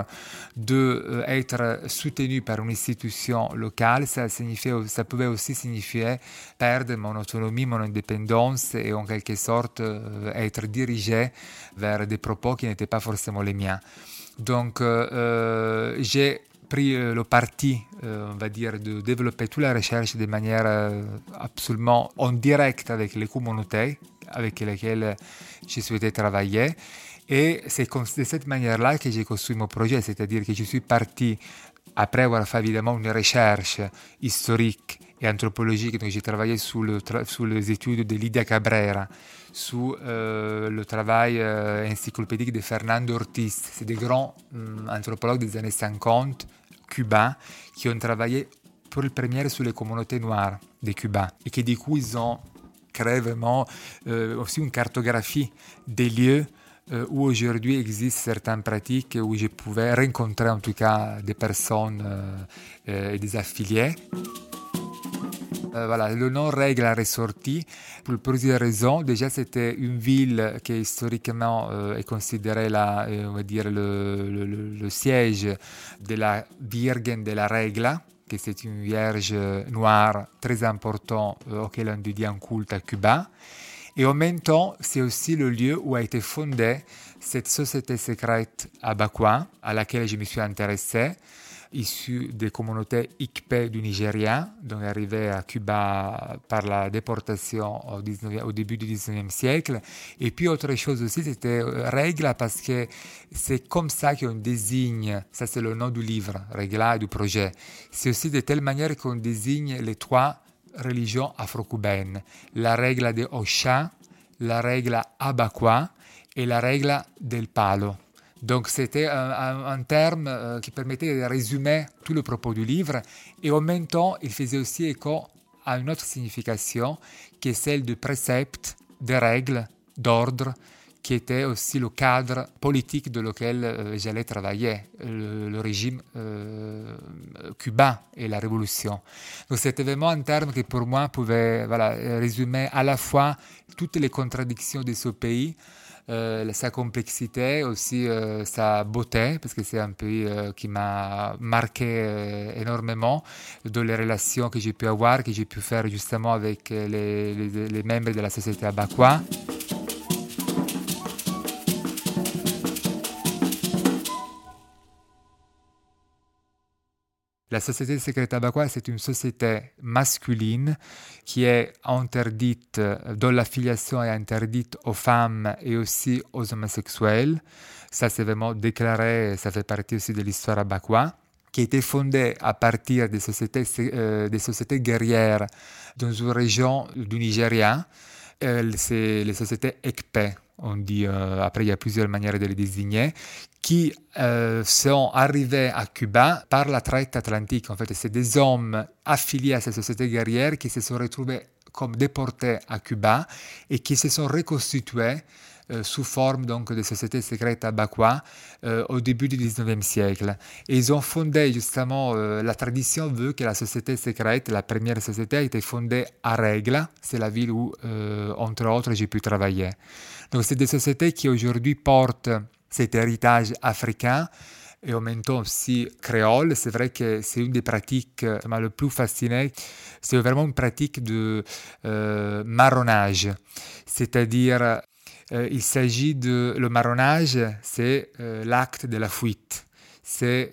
d'être soutenu par une institution locale, ça pouvait aussi signifier perdre mon autonomie, mon indépendance et en quelque sorte être dirigé vers des propos qui n'étaient pas forcément les miens. Donc j'ai pris le parti, on va dire, de développer toute la recherche de manière absolument en direct avec les communautés avec lesquelles je souhaitais travailler. Et c'est de cette manière-là que j'ai construit mon projet, c'est-à-dire que je suis parti, après avoir fait évidemment une recherche historique et anthropologique, donc j'ai travaillé sous les études de Lidia Cabrera, sous le travail encyclopédique de Fernando Ortiz. C'est des grands anthropologues des années 50, cubains, qui ont travaillé pour le premier sur les communautés noires de Cuba et qui du coup ils ont créé vraiment aussi une cartographie des lieux où aujourd'hui existent certaines pratiques où je pouvais rencontrer en tout cas des personnes et des affiliés. Voilà, le nom Règle a ressorti pour plusieurs raisons. Déjà, c'était une ville qui historiquement est considérée on va dire le siège de la Virgen de la Regla, que c'est une vierge noire très importante auquel on dédie un culte à Cuba. Et en même temps, c'est aussi le lieu où a été fondée cette société secrète à Bakwa, à laquelle je me suis intéressé, issue des communautés Ikpe du Nigeria, donc arrivée à Cuba par la déportation au début du 19e siècle. Et puis autre chose aussi, c'était Regla, parce que c'est comme ça qu'on désigne, ça c'est le nom du livre, Regla, du projet. C'est aussi de telle manière qu'on désigne les trois religions afro-cubaines, la Regla de Ocha, la Regla Abakwa et la Regla del Palo. Donc c'était un terme qui permettait de résumer tout le propos du livre et en même temps il faisait aussi écho à une autre signification qui est celle de précepte, de règles, d'ordre, qui était aussi le cadre politique dans lequel j'allais travailler, le régime cubain et la révolution. Donc c'était vraiment un terme qui pour moi pouvait résumer à la fois toutes les contradictions de ce pays, sa complexité, aussi sa beauté, parce que c'est un pays qui m'a marqué énormément dans les relations que j'ai pu avoir, que j'ai pu faire justement avec les membres de la société Abakwa. La société secrète Abakwa, c'est une société masculine qui est interdite, dont l'affiliation est interdite aux femmes et aussi aux homosexuels. Ça, c'est vraiment déclaré, ça fait partie aussi de l'histoire Abakwa, qui a été fondée à partir des sociétés guerrières dans une région du Nigeria. C'est les sociétés Ekpe, on dit, après il y a plusieurs manières de les désigner, qui sont arrivés à Cuba par la traite atlantique. En fait, c'est des hommes affiliés à ces sociétés guerrières qui se sont retrouvés comme déportés à Cuba et qui se sont reconstitués sous forme donc de sociétés secrètes Abakwa au début du 19e siècle. Et ils ont fondé justement, la tradition veut que la société secrète, la première société, a été fondée à Regla, c'est la ville où, entre autres, j'ai pu travailler. Donc c'est des sociétés qui aujourd'hui portent cet héritage africain et en même temps aussi créole. C'est vrai que c'est une des pratiques qui m'a le plus fasciné. C'est vraiment une pratique de marronnage, c'est-à-dire il s'agit le marronnage, c'est l'acte de la fuite. C'est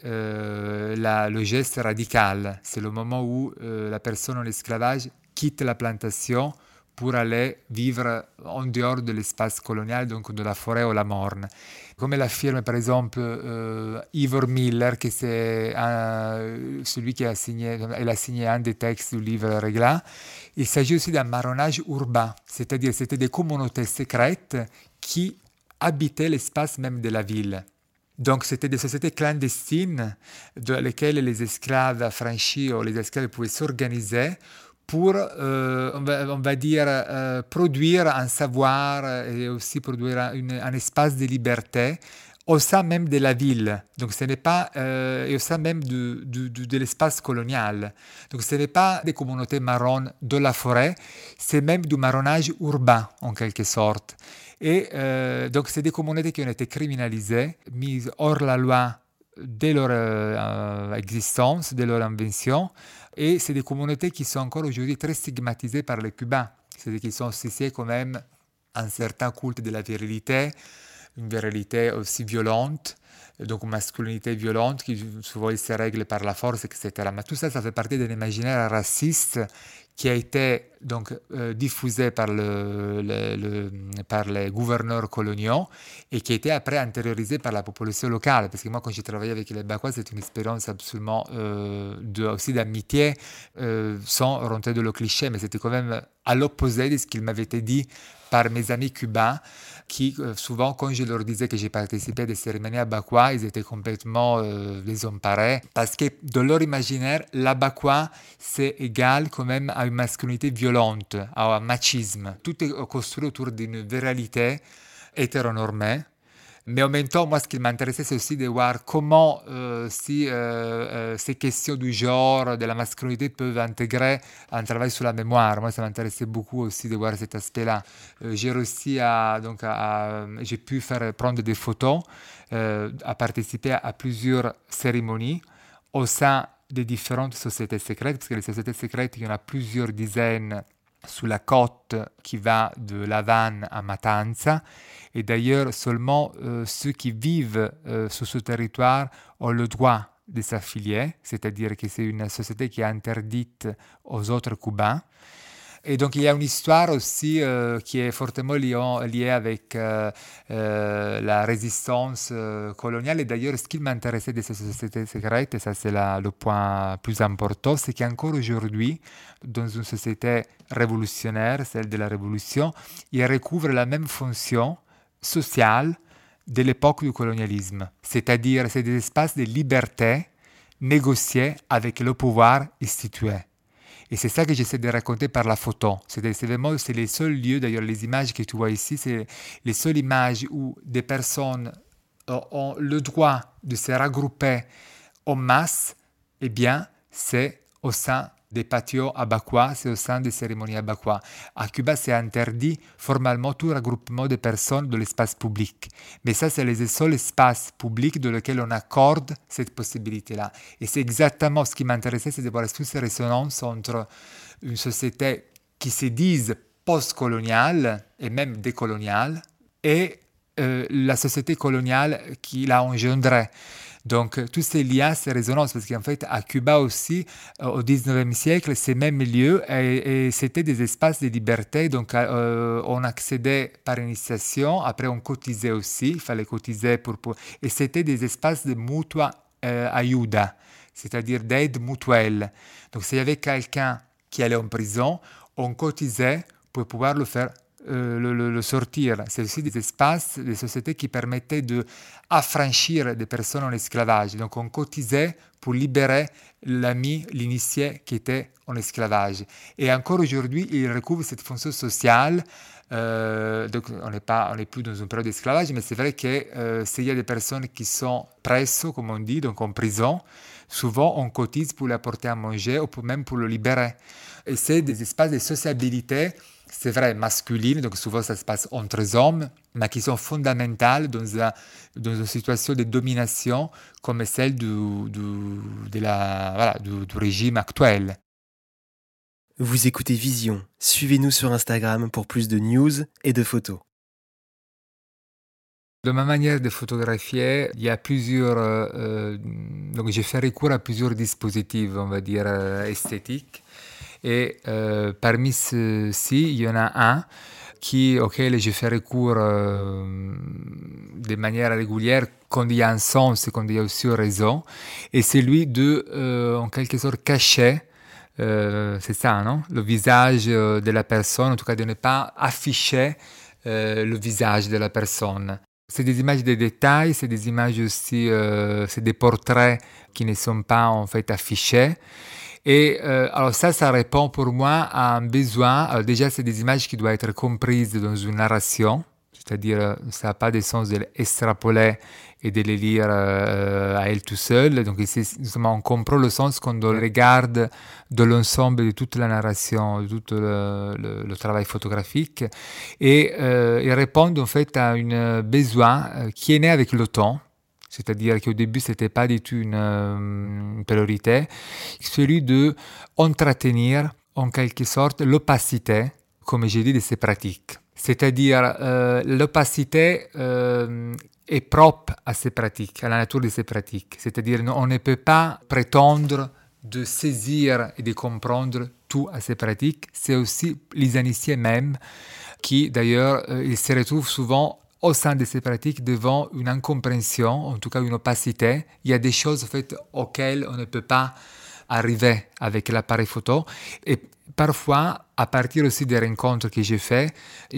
le geste radical. C'est le moment où la personne en esclavage quitte la plantation pour aller vivre en dehors de l'espace colonial, donc de la forêt ou la morne. Comme l'affirme par exemple Ivor Miller, qui c'est celui qui a signé un des textes du livre Regla, il s'agit aussi d'un marronnage urbain, c'est-à-dire c'était des communautés secrètes qui habitaient l'espace même de la ville. Donc c'était des sociétés clandestines dans lesquelles les esclaves affranchis ou les esclaves pouvaient s'organiser pour, on va dire, produire un savoir et aussi produire un espace de liberté au sein même de la ville. Donc ce n'est pas, et au sein même de l'espace colonial. Donc ce n'est pas des communautés marronnes de la forêt, c'est même du marronnage urbain en quelque sorte. Et donc c'est des communautés qui ont été criminalisées, mises hors la loi dès leur existence, dès leur invention. Et c'est des communautés qui sont encore aujourd'hui très stigmatisées par les Cubains. C'est-à-dire qu'ils sont associés quand même à un certain culte de la virilité, une virilité aussi violente, donc une masculinité violente qui souvent se règle par la force, etc. Mais tout ça, ça fait partie d'un imaginaire raciste qui a été donc diffusé par les gouverneurs coloniaux et qui a été après intériorisé par la population locale. Parce que moi, quand j'ai travaillé avec les Bakwa, c'était une expérience absolument aussi d'amitié, sans rentrer dans le cliché, mais c'était quand même à l'opposé de ce qu'il m'avait été dit par mes amis cubains, qui souvent, quand je leur disais que j'ai participé à des cérémonies à Bakwa, ils étaient complètement désemparés, parce que dans leur imaginaire, la Bakwa, c'est égal quand même à une masculinité violente, à un machisme. Tout est construit autour d'une viralité hétéronormée. Mais en même temps, moi, ce qui m'intéressait, c'est aussi de voir comment ces questions du genre, de la masculinité peuvent intégrer un travail sur la mémoire. Moi, ça m'intéressait beaucoup aussi de voir cet aspect-là. J'ai réussi j'ai pu prendre des photos, à participer à plusieurs cérémonies au sein des différentes sociétés secrètes, parce que les sociétés secrètes, il y en a plusieurs dizaines sur la côte qui va de La Havane à Matanza. Et d'ailleurs, seulement ceux qui vivent sur ce territoire ont le droit de s'affilier, c'est-à-dire que c'est une société qui est interdite aux autres Cubains. Et donc il y a une histoire aussi qui est fortement liée avec la résistance coloniale. Et d'ailleurs, ce qui m'intéressait de ces sociétés secrètes, et ça c'est le point plus important, c'est qu'encore aujourd'hui, dans une société révolutionnaire, celle de la Révolution, il recouvre la même fonction sociale de l'époque du colonialisme. C'est-à-dire, c'est des espaces de liberté négociés avec le pouvoir institué. Et c'est ça que j'essaie de raconter par la photo. C'est les seuls lieux, d'ailleurs les images que tu vois ici, c'est les seules images où des personnes ont le droit de se regrouper en masse. Eh bien, c'est au sein des patios abaquois, c'est au sein des cérémonies abaquois. À Cuba, c'est interdit formellement tout regroupement de personnes dans l'espace public. Mais ça, c'est les seuls espaces publics dans lesquels on accorde cette possibilité-là. Et c'est exactement ce qui m'intéressait, c'est de voir toutes ces résonances entre une société qui se dise post-coloniale et même décoloniale et la société coloniale qui l'a engendrée. Donc, tous ces liens, ces résonances, parce qu'en fait, à Cuba aussi, au 19e siècle, ces mêmes lieux, et c'était des espaces de liberté. Donc, on accédait par initiation, après on cotisait aussi, il fallait cotiser et c'était des espaces de mutua ayuda, c'est-à-dire d'aide mutuelle. Donc, s'il y avait quelqu'un qui allait en prison, on cotisait pour pouvoir le faire le sortir. C'est aussi des espaces, des sociétés qui permettaient d'affranchir des personnes en esclavage. Donc on cotisait pour libérer l'ami, l'initié qui était en esclavage. Et encore aujourd'hui, il recouvre cette fonction sociale. Donc on n'est plus dans une période d'esclavage, mais c'est vrai que s'il y a des personnes qui sont presso, comme on dit, donc en prison, souvent on cotise pour l'apporter à manger ou même pour le libérer. Et c'est des espaces de sociabilité, c'est vrai, masculines, donc souvent ça se passe entre hommes, mais qui sont fondamentales dans une situation de domination comme celle du régime actuel. Vous écoutez Vision. Suivez-nous sur Instagram pour plus de news et de photos. De ma manière de photographier, il y a plusieurs... donc j'ai fait recours à plusieurs dispositifs, on va dire, esthétiques. Et parmi ceux-ci, il y en a un auquel je fais recours de manière régulière quand il y a un sens et quand il y a aussi raison. Et c'est celui de, en quelque sorte, cacher, c'est ça, non? Le visage de la personne, en tout cas de ne pas afficher le visage de la personne. C'est des images de détails, c'est des images aussi, c'est des portraits qui ne sont pas en fait affichés. Et alors ça répond pour moi à un besoin. Alors déjà, c'est des images qui doivent être comprises dans une narration, c'est-à-dire ça n'a pas de sens de les extrapoler et de les lire à elle tout seul. Donc ici, justement, on comprend le sens quand on regarde de l'ensemble de toute la narration, de tout le travail photographique. Et ils répondent en fait à un besoin qui est né avec le temps. C'est-à-dire qu'au début, ce n'était pas du tout une priorité, celui d'entretenir en quelque sorte l'opacité, comme j'ai dit, de ces pratiques. C'est-à-dire l'opacité est propre à ces pratiques, à la nature de ces pratiques. C'est-à-dire on ne peut pas prétendre de saisir et de comprendre tout à ces pratiques. C'est aussi les initiés même qui, d'ailleurs, ils se retrouvent souvent au sein de ces pratiques devant une incompréhension, en tout cas une opacité. Il y a des choses en fait, auxquelles on ne peut pas arriver avec l'appareil photo. Et parfois, à partir aussi des rencontres que j'ai fait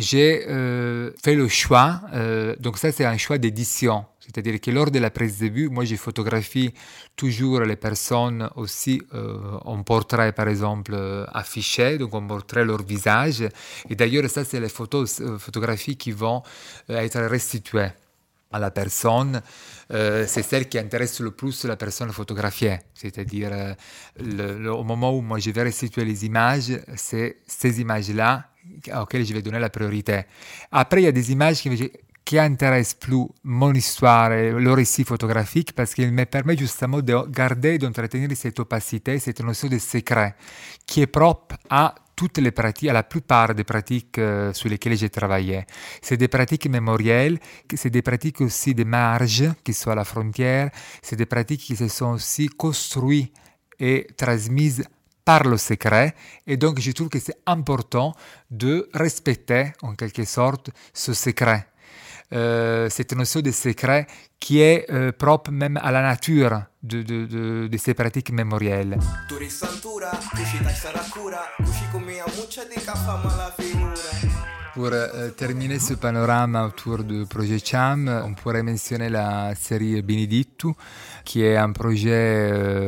le choix, donc ça c'est un choix d'édition. C'est-à-dire que lors de la prise de vue, moi je photographie toujours les personnes aussi en portrait par exemple affiché, donc on portrait leur visage. Et d'ailleurs ça c'est les photographies qui vont être restituées à la personne, c'est celle qui intéresse le plus la personne photographiée. C'est-à-dire, au moment où moi je vais restituer les images, c'est ces images-là auxquelles je vais donner la priorité. Après, il y a des images qui intéressent plus mon histoire et le récit photographique parce qu'il me permet justement de garder et d'entretenir cette opacité, cette notion de secret qui est propre à toutes les pratiques, à la plupart des pratiques sur lesquelles j'ai travaillé. C'est des pratiques mémorielles, c'est des pratiques aussi de marge qui sont à la frontière, c'est des pratiques qui se sont aussi construites et transmises par le secret, et donc je trouve que c'est important de respecter en quelque sorte ce secret. Cette notion de secret qui est propre même à la nature de ces pratiques mémorielles. Pour terminer ce panorama autour du projet Cham, on pourrait mentionner la série Benedetto, qui est un projet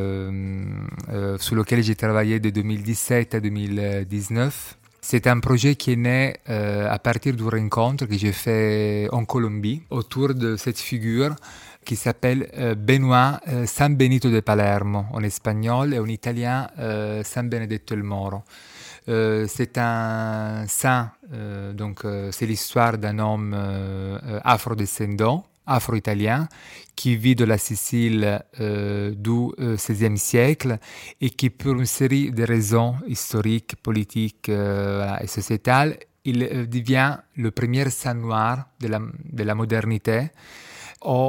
sur lequel j'ai travaillé de 2017 à 2019. C'est un projet qui est né à partir d'une rencontre que j'ai fait en Colombie autour de cette figure qui s'appelle Benoît San Benito de Palermo en espagnol et en italien San Benedetto il Moro. C'est un saint, c'est l'histoire d'un homme afrodescendant, afro-italien, qui vit de la Sicile du XVIe siècle et qui, pour une série de raisons historiques, politiques et sociétales, il devient le premier saint noir de la modernité en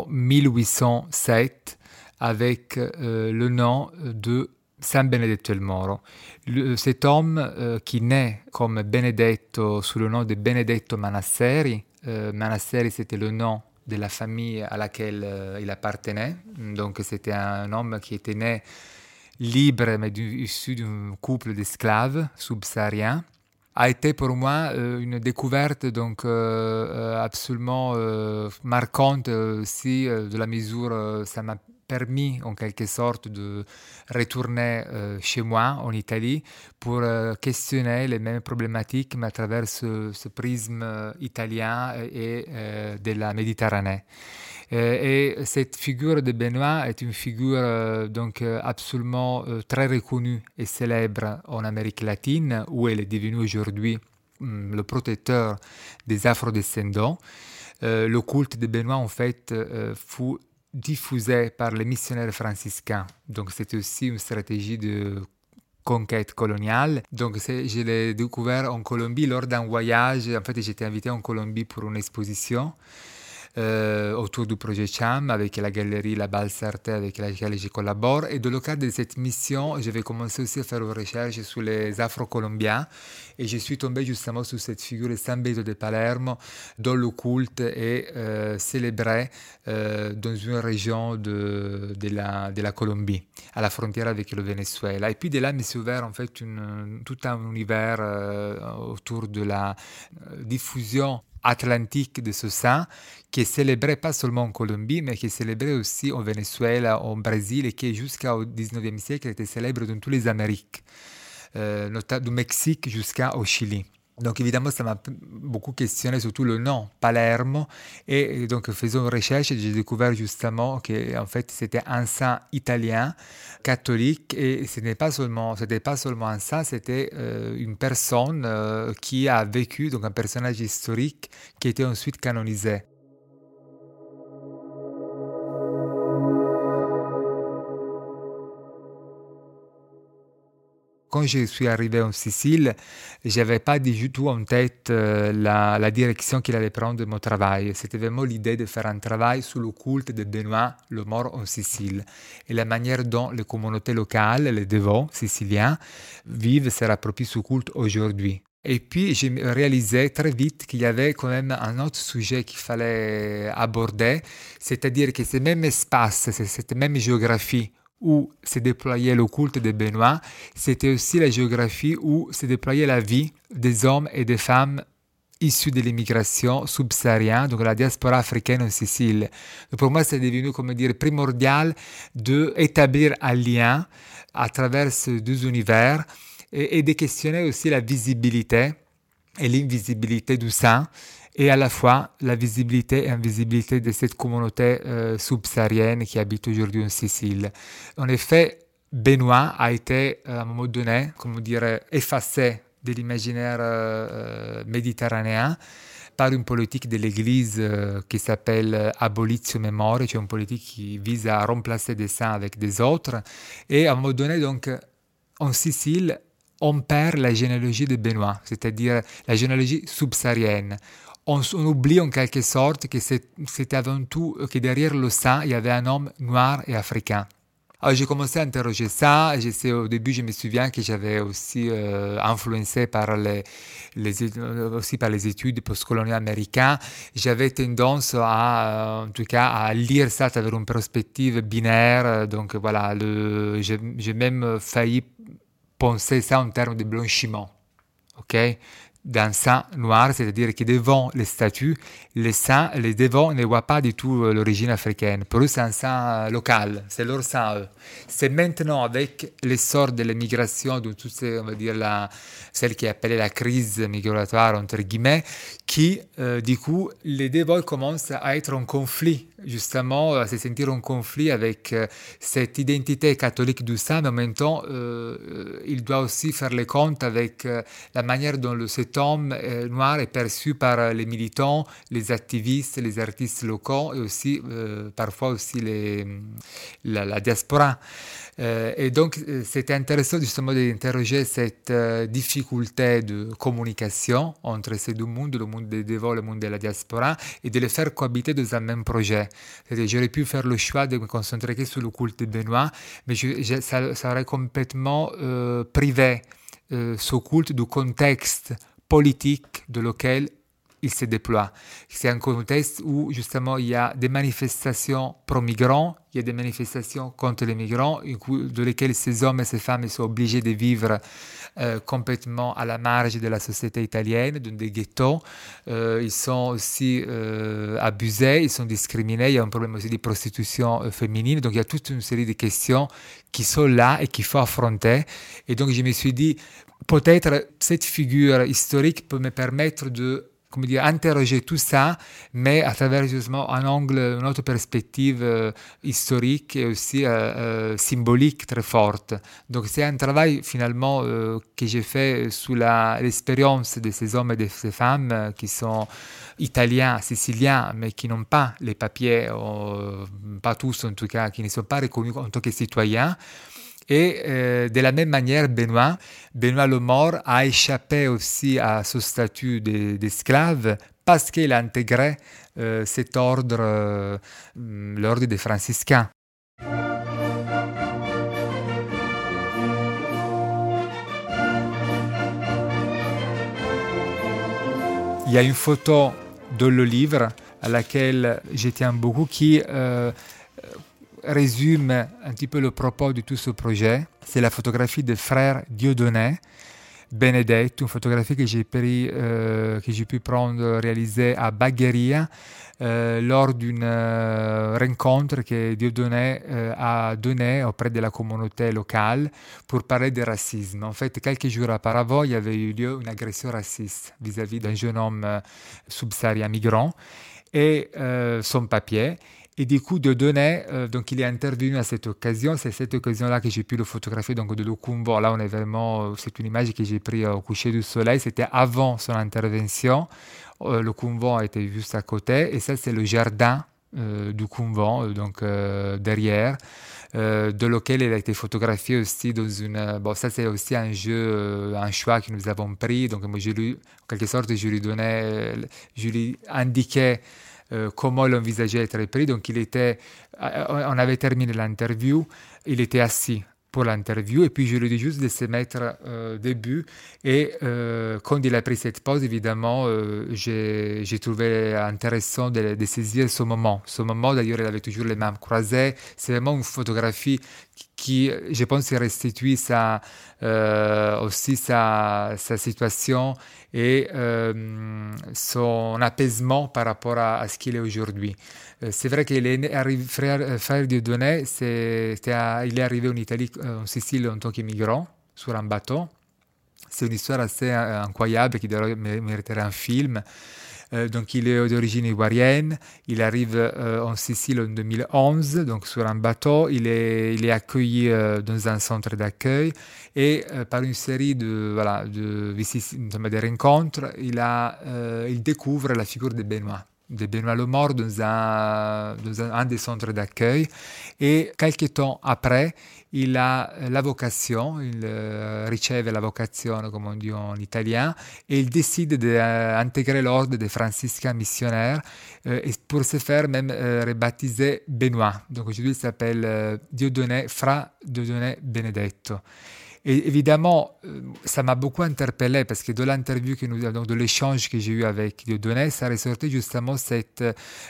1807 avec le nom de San Benedetto il Moro. Cet homme qui naît comme Benedetto sous le nom de Benedetto Manasseri, Manasseri c'était le nom de la famille à laquelle il appartenait, donc c'était un homme qui était né libre mais issu d'un couple d'esclaves subsahariens, a été pour moi une découverte donc absolument marquante aussi de la mesure ça m'a permis en quelque sorte de retourner chez moi en Italie pour questionner les mêmes problématiques mais à travers ce prisme italien et de la Méditerranée. Et cette figure de Benoît est une figure donc absolument très reconnue et célèbre en Amérique latine où elle est devenue aujourd'hui le protecteur des afrodescendants. Le culte de Benoît en fait fut diffusé par les missionnaires franciscains. Donc c'était aussi une stratégie de conquête coloniale. Donc je l'ai découvert en Colombie lors d'un voyage. En fait, j'étais invité en Colombie pour une exposition autour du projet Cham avec la galerie La Balsarte avec laquelle je collabore. Et dans le cadre de cette mission, je vais commencer aussi à faire une recherche sur les Afro-Colombiens et je suis tombé justement sur cette figure de San Benito de Palermo dont le culte est célébré dans une région de la Colombie, à la frontière avec le Venezuela. Et puis de là, me s'est ouvert en fait tout un univers autour de la diffusion atlantique de ce saint qui est célébré pas seulement en Colombie mais qui est célébré aussi au Venezuela, au Brésil et qui jusqu'au 19e siècle était célèbre dans toutes les Amériques, du Mexique jusqu'au Chili. Donc évidemment, ça m'a beaucoup questionné, surtout le nom, Palermo. Et donc, faisant une recherche, j'ai découvert justement qu'en fait, c'était un saint italien, catholique. Et ce n'était pas seulement un saint, c'était une personne qui a vécu, donc un personnage historique qui était ensuite canonisé. Quand je suis arrivé en Sicile, je n'avais pas du tout en tête la direction qu'il allait prendre de mon travail. C'était vraiment l'idée de faire un travail sur le culte de Benoît le Mort en Sicile et la manière dont les communautés locales, les dévots siciliens, vivent et se rapproprient ce culte aujourd'hui. Et puis, j'ai réalisé très vite qu'il y avait quand même un autre sujet qu'il fallait aborder, c'est-à-dire que ce même espace, cette même géographie où s'est déployé le culte de Benoît, c'était aussi la géographie où s'est déployée la vie des hommes et des femmes issus de l'immigration subsaharienne, donc la diaspora africaine en Sicile. Donc pour moi, c'est devenu, primordial d'établir un lien à travers ces deux univers et de questionner aussi la visibilité et l'invisibilité du saint, et à la fois la visibilité et l'invisibilité de cette communauté subsaharienne qui habite aujourd'hui en Sicile. En effet, Benoît a été à un moment donné, effacé de l'imaginaire méditerranéen par une politique de l'Église qui s'appelle Abolitio Memoriae, cioè une politique qui vise à remplacer des saints avec des autres. Et à un moment donné, donc, en Sicile, on perd la généalogie de Benoît, c'est-à-dire la généalogie subsaharienne. On oublie en quelque sorte que c'était avant tout que derrière le sang, il y avait un homme noir et africain. Alors j'ai commencé à interroger ça. Au début, je me souviens que j'avais aussi influencé par aussi par les études postcoloniales américaines. J'avais tendance en tout cas, à lire ça à travers une perspective binaire. Donc voilà, j'ai même failli penser ça en termes de blanchiment. Ok? D'un sang noir, c'est-à-dire que devant les statues, les devants ne voient pas du tout l'origine africaine. Pour eux, c'est un sang local, c'est leur sang eux. C'est maintenant, avec l'essor de l'immigration, de toutes ces, on va dire, celle qui est appelée la crise migratoire, entre guillemets, qui, du coup, les devants commencent à être en conflit, justement, à se sentir en conflit avec cette identité catholique du sang, mais en même temps, il doit aussi faire les comptes avec la manière dont cet homme noir est perçu par les militants, les activistes, les artistes locaux et aussi parfois aussi la diaspora. Et donc, c'était intéressant justement d'interroger cette difficulté de communication entre ces deux mondes, le monde des dévots et le monde de la diaspora, et de les faire cohabiter dans un même projet. C'est-à-dire, j'aurais pu faire le choix de me concentrer que sur le culte de Benoît, mais ça aurait complètement privé ce culte du contexte politique dans lequel il se déploie. C'est un contexte où justement il y a des manifestations pro-migrants, il y a des manifestations contre les migrants, dans lesquelles ces hommes et ces femmes sont obligés de vivre complètement à la marge de la société italienne, dans des ghettos. Ils sont aussi abusés, ils sont discriminés, il y a un problème aussi de prostitution féminine, donc il y a toute une série de questions qui sont là et qu'il faut affronter. Et donc je me suis dit, peut-être cette figure historique peut me permettre de interroger tout ça, mais à travers justement un angle, une autre perspective historique et aussi symbolique très forte. Donc c'est un travail finalement que j'ai fait sous l'expérience de ces hommes et de ces femmes qui sont italiens, siciliens, mais qui n'ont pas les papiers, pas tous en tout cas, qui ne sont pas reconnus en tant que citoyens. Et de la même manière, Benoît le Mort a échappé aussi à ce statut d'esclave parce qu'il a intégré cet ordre, l'ordre des franciscains. Il y a une photo dans le livre à laquelle je tiens beaucoup qui résume un petit peu le propos de tout ce projet. C'est la photographie de frère Dieudonné Benedetto, une photographie que j'ai pu réaliser à Bagheria lors d'une rencontre que Dieudonné a donnée auprès de la communauté locale pour parler de racisme. En fait, quelques jours auparavant, il y avait eu lieu une agression raciste vis-à-vis d'un jeune homme subsaharien migrant et son papier. Et du coup, Dieudonné, donc il est intervenu à cette occasion. C'est cette occasion-là que j'ai pu le photographier, donc de Lucumbo. Là, on est vraiment, c'est une image que j'ai prise au coucher du soleil. C'était avant son intervention. Le convent était juste à côté. Et ça, c'est le jardin du convent, donc derrière, de lequel il a été photographié aussi dans une... Bon, ça, c'est aussi un jeu, un choix que nous avons pris. Donc, moi, en quelque sorte, je lui indiquais comment il envisageait être pris. Donc, on avait terminé l'interview, il était assis pour l'interview, et puis je lui ai dit juste de se mettre debout. Et quand il a pris cette pause, évidemment, j'ai trouvé intéressant de saisir ce moment. Ce moment, d'ailleurs, il avait toujours les mains croisées. C'est vraiment une photographie qui, je pense, restitue aussi sa situation et son apaisement par rapport à ce qu'il est aujourd'hui. C'est vrai qu'il est arrivé, frère Dieudonné, il est arrivé en Italie, en Sicile, en tant qu'immigrant, sur un bateau. C'est une histoire assez incroyable qui mériterait un film. Donc il est d'origine ivoirienne, il arrive en Sicile en 2011, donc sur un bateau, il est accueilli dans un centre d'accueil et par une série de rencontres, il découvre la figure de Benoît. de Benoît Lemort un des centres d'accueil. Et quelques temps après, il a la vocation, il riceve la vocazione, comme on dit en italien, et il décide d'intégrer l'ordre des franciscains missionnaires et pour se faire même rebaptiser Benoît. Donc aujourd'hui, il s'appelle Fra Dieudonné Benedetto. Et évidemment, ça m'a beaucoup interpellé parce que de l'interview de l'échange que j'ai eu avec Dieudonné, ça ressortait justement cette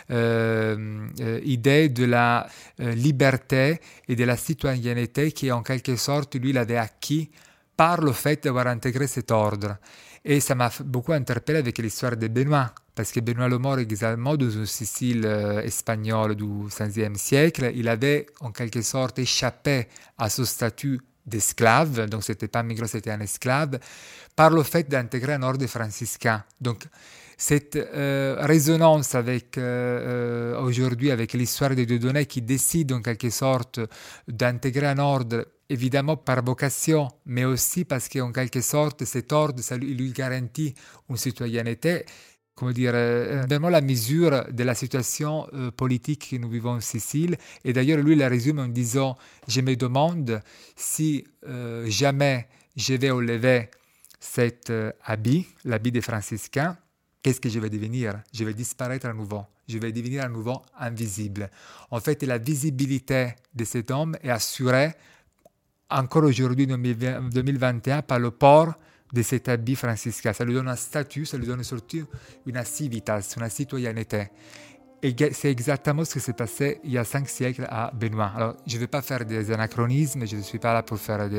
idée de la liberté et de la citoyenneté qui, en quelque sorte, lui, il avait acquis par le fait d'avoir intégré cet ordre. Et ça m'a beaucoup interpellé avec l'histoire de Benoît, parce que Benoît Lemort, également, dans une Sicile espagnole du XVe siècle, il avait en quelque sorte échappé à ce statut d'esclave, donc c'était pas un migrant, c'était un esclave, par le fait d'intégrer un ordre franciscain. Donc cette résonance avec aujourd'hui avec l'histoire des Dieudonné qui décide en quelque sorte d'intégrer un ordre, évidemment par vocation, mais aussi parce qu'en quelque sorte cet ordre, ça lui garantit une citoyenneté, comment dire, vraiment la mesure de la situation politique que nous vivons en Sicile. Et d'ailleurs, lui, il la résume en disant « Je me demande si jamais je vais enlever cet habit, l'habit des franciscains, qu'est-ce que je vais devenir? Je vais disparaître à nouveau. Je vais devenir à nouveau invisible. » En fait, la visibilité de cet homme est assurée encore aujourd'hui, en 2021, par le port de cet habit franciscain. Ça lui donne un statut, ça lui donne surtout une civitas, une citoyenneté. Et c'est exactement ce qui s'est passé il y a 5 siècles à Benoît. Alors, je ne vais pas faire des anachronismes, je ne suis pas là pour faire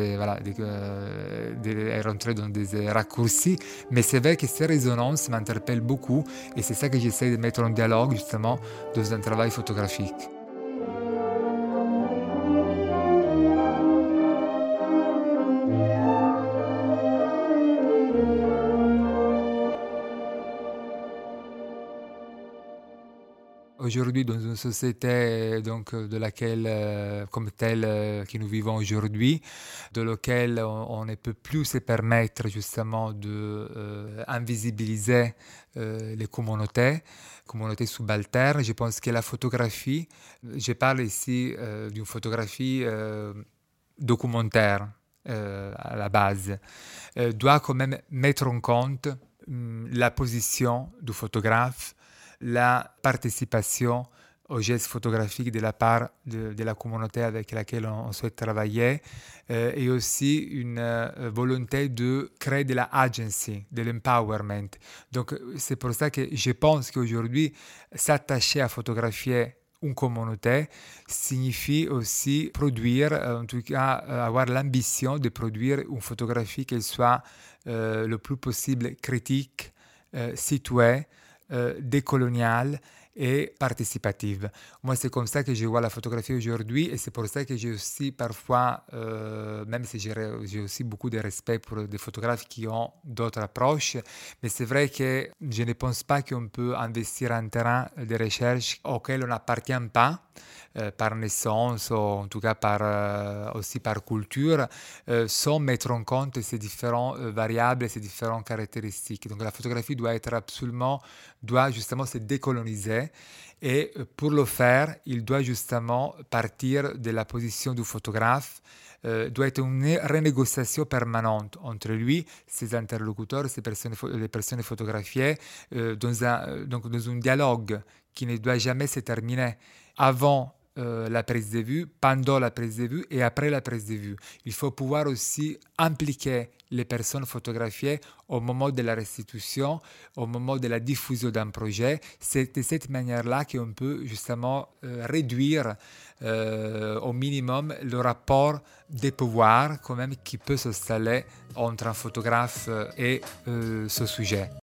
rentrer dans des raccourcis, mais c'est vrai que ces résonances m'interpellent beaucoup et c'est ça que j'essaie de mettre en dialogue justement dans un travail photographique. Aujourd'hui, dans une société donc, de laquelle, comme telle que nous vivons aujourd'hui, de laquelle on ne peut plus se permettre justement d'invisibiliser les communautés subalternes, je pense que la photographie, je parle ici d'une photographie documentaire à la base, doit quand même mettre en compte la position du photographe, la participation aux gestes photographiques de la part de la communauté avec laquelle on souhaite travailler et aussi une volonté de créer de la agency, de l'empowerment. Donc c'est pour ça que je pense qu'aujourd'hui, s'attacher à photographier une communauté signifie aussi produire, en tout cas avoir l'ambition de produire une photographie qui soit le plus possible critique, située, décoloniale et participative. Moi, c'est comme ça que je vois la photographie aujourd'hui et c'est pour ça que j'ai aussi parfois, même si j'ai aussi beaucoup de respect pour des photographes qui ont d'autres approches, mais c'est vrai que je ne pense pas qu'on peut investir un terrain de recherche auquel on n'appartient pas, par naissance ou en tout cas aussi par culture, sans mettre en compte ces différentes variables, ces différentes caractéristiques. Donc la photographie doit justement se décoloniser et pour le faire, il doit justement partir de la position du photographe, doit être une renégociation permanente entre lui, ses interlocuteurs, les personnes photographiées, dans un dialogue qui ne doit jamais se terminer avant la prise de vue, pendant la prise de vue et après la prise de vue. Il faut pouvoir aussi impliquer les personnes photographiées au moment de la restitution, au moment de la diffusion d'un projet. C'est de cette manière-là qu'on peut justement réduire au minimum le rapport de pouvoir quand même qui peut s'installer entre un photographe et ce sujet.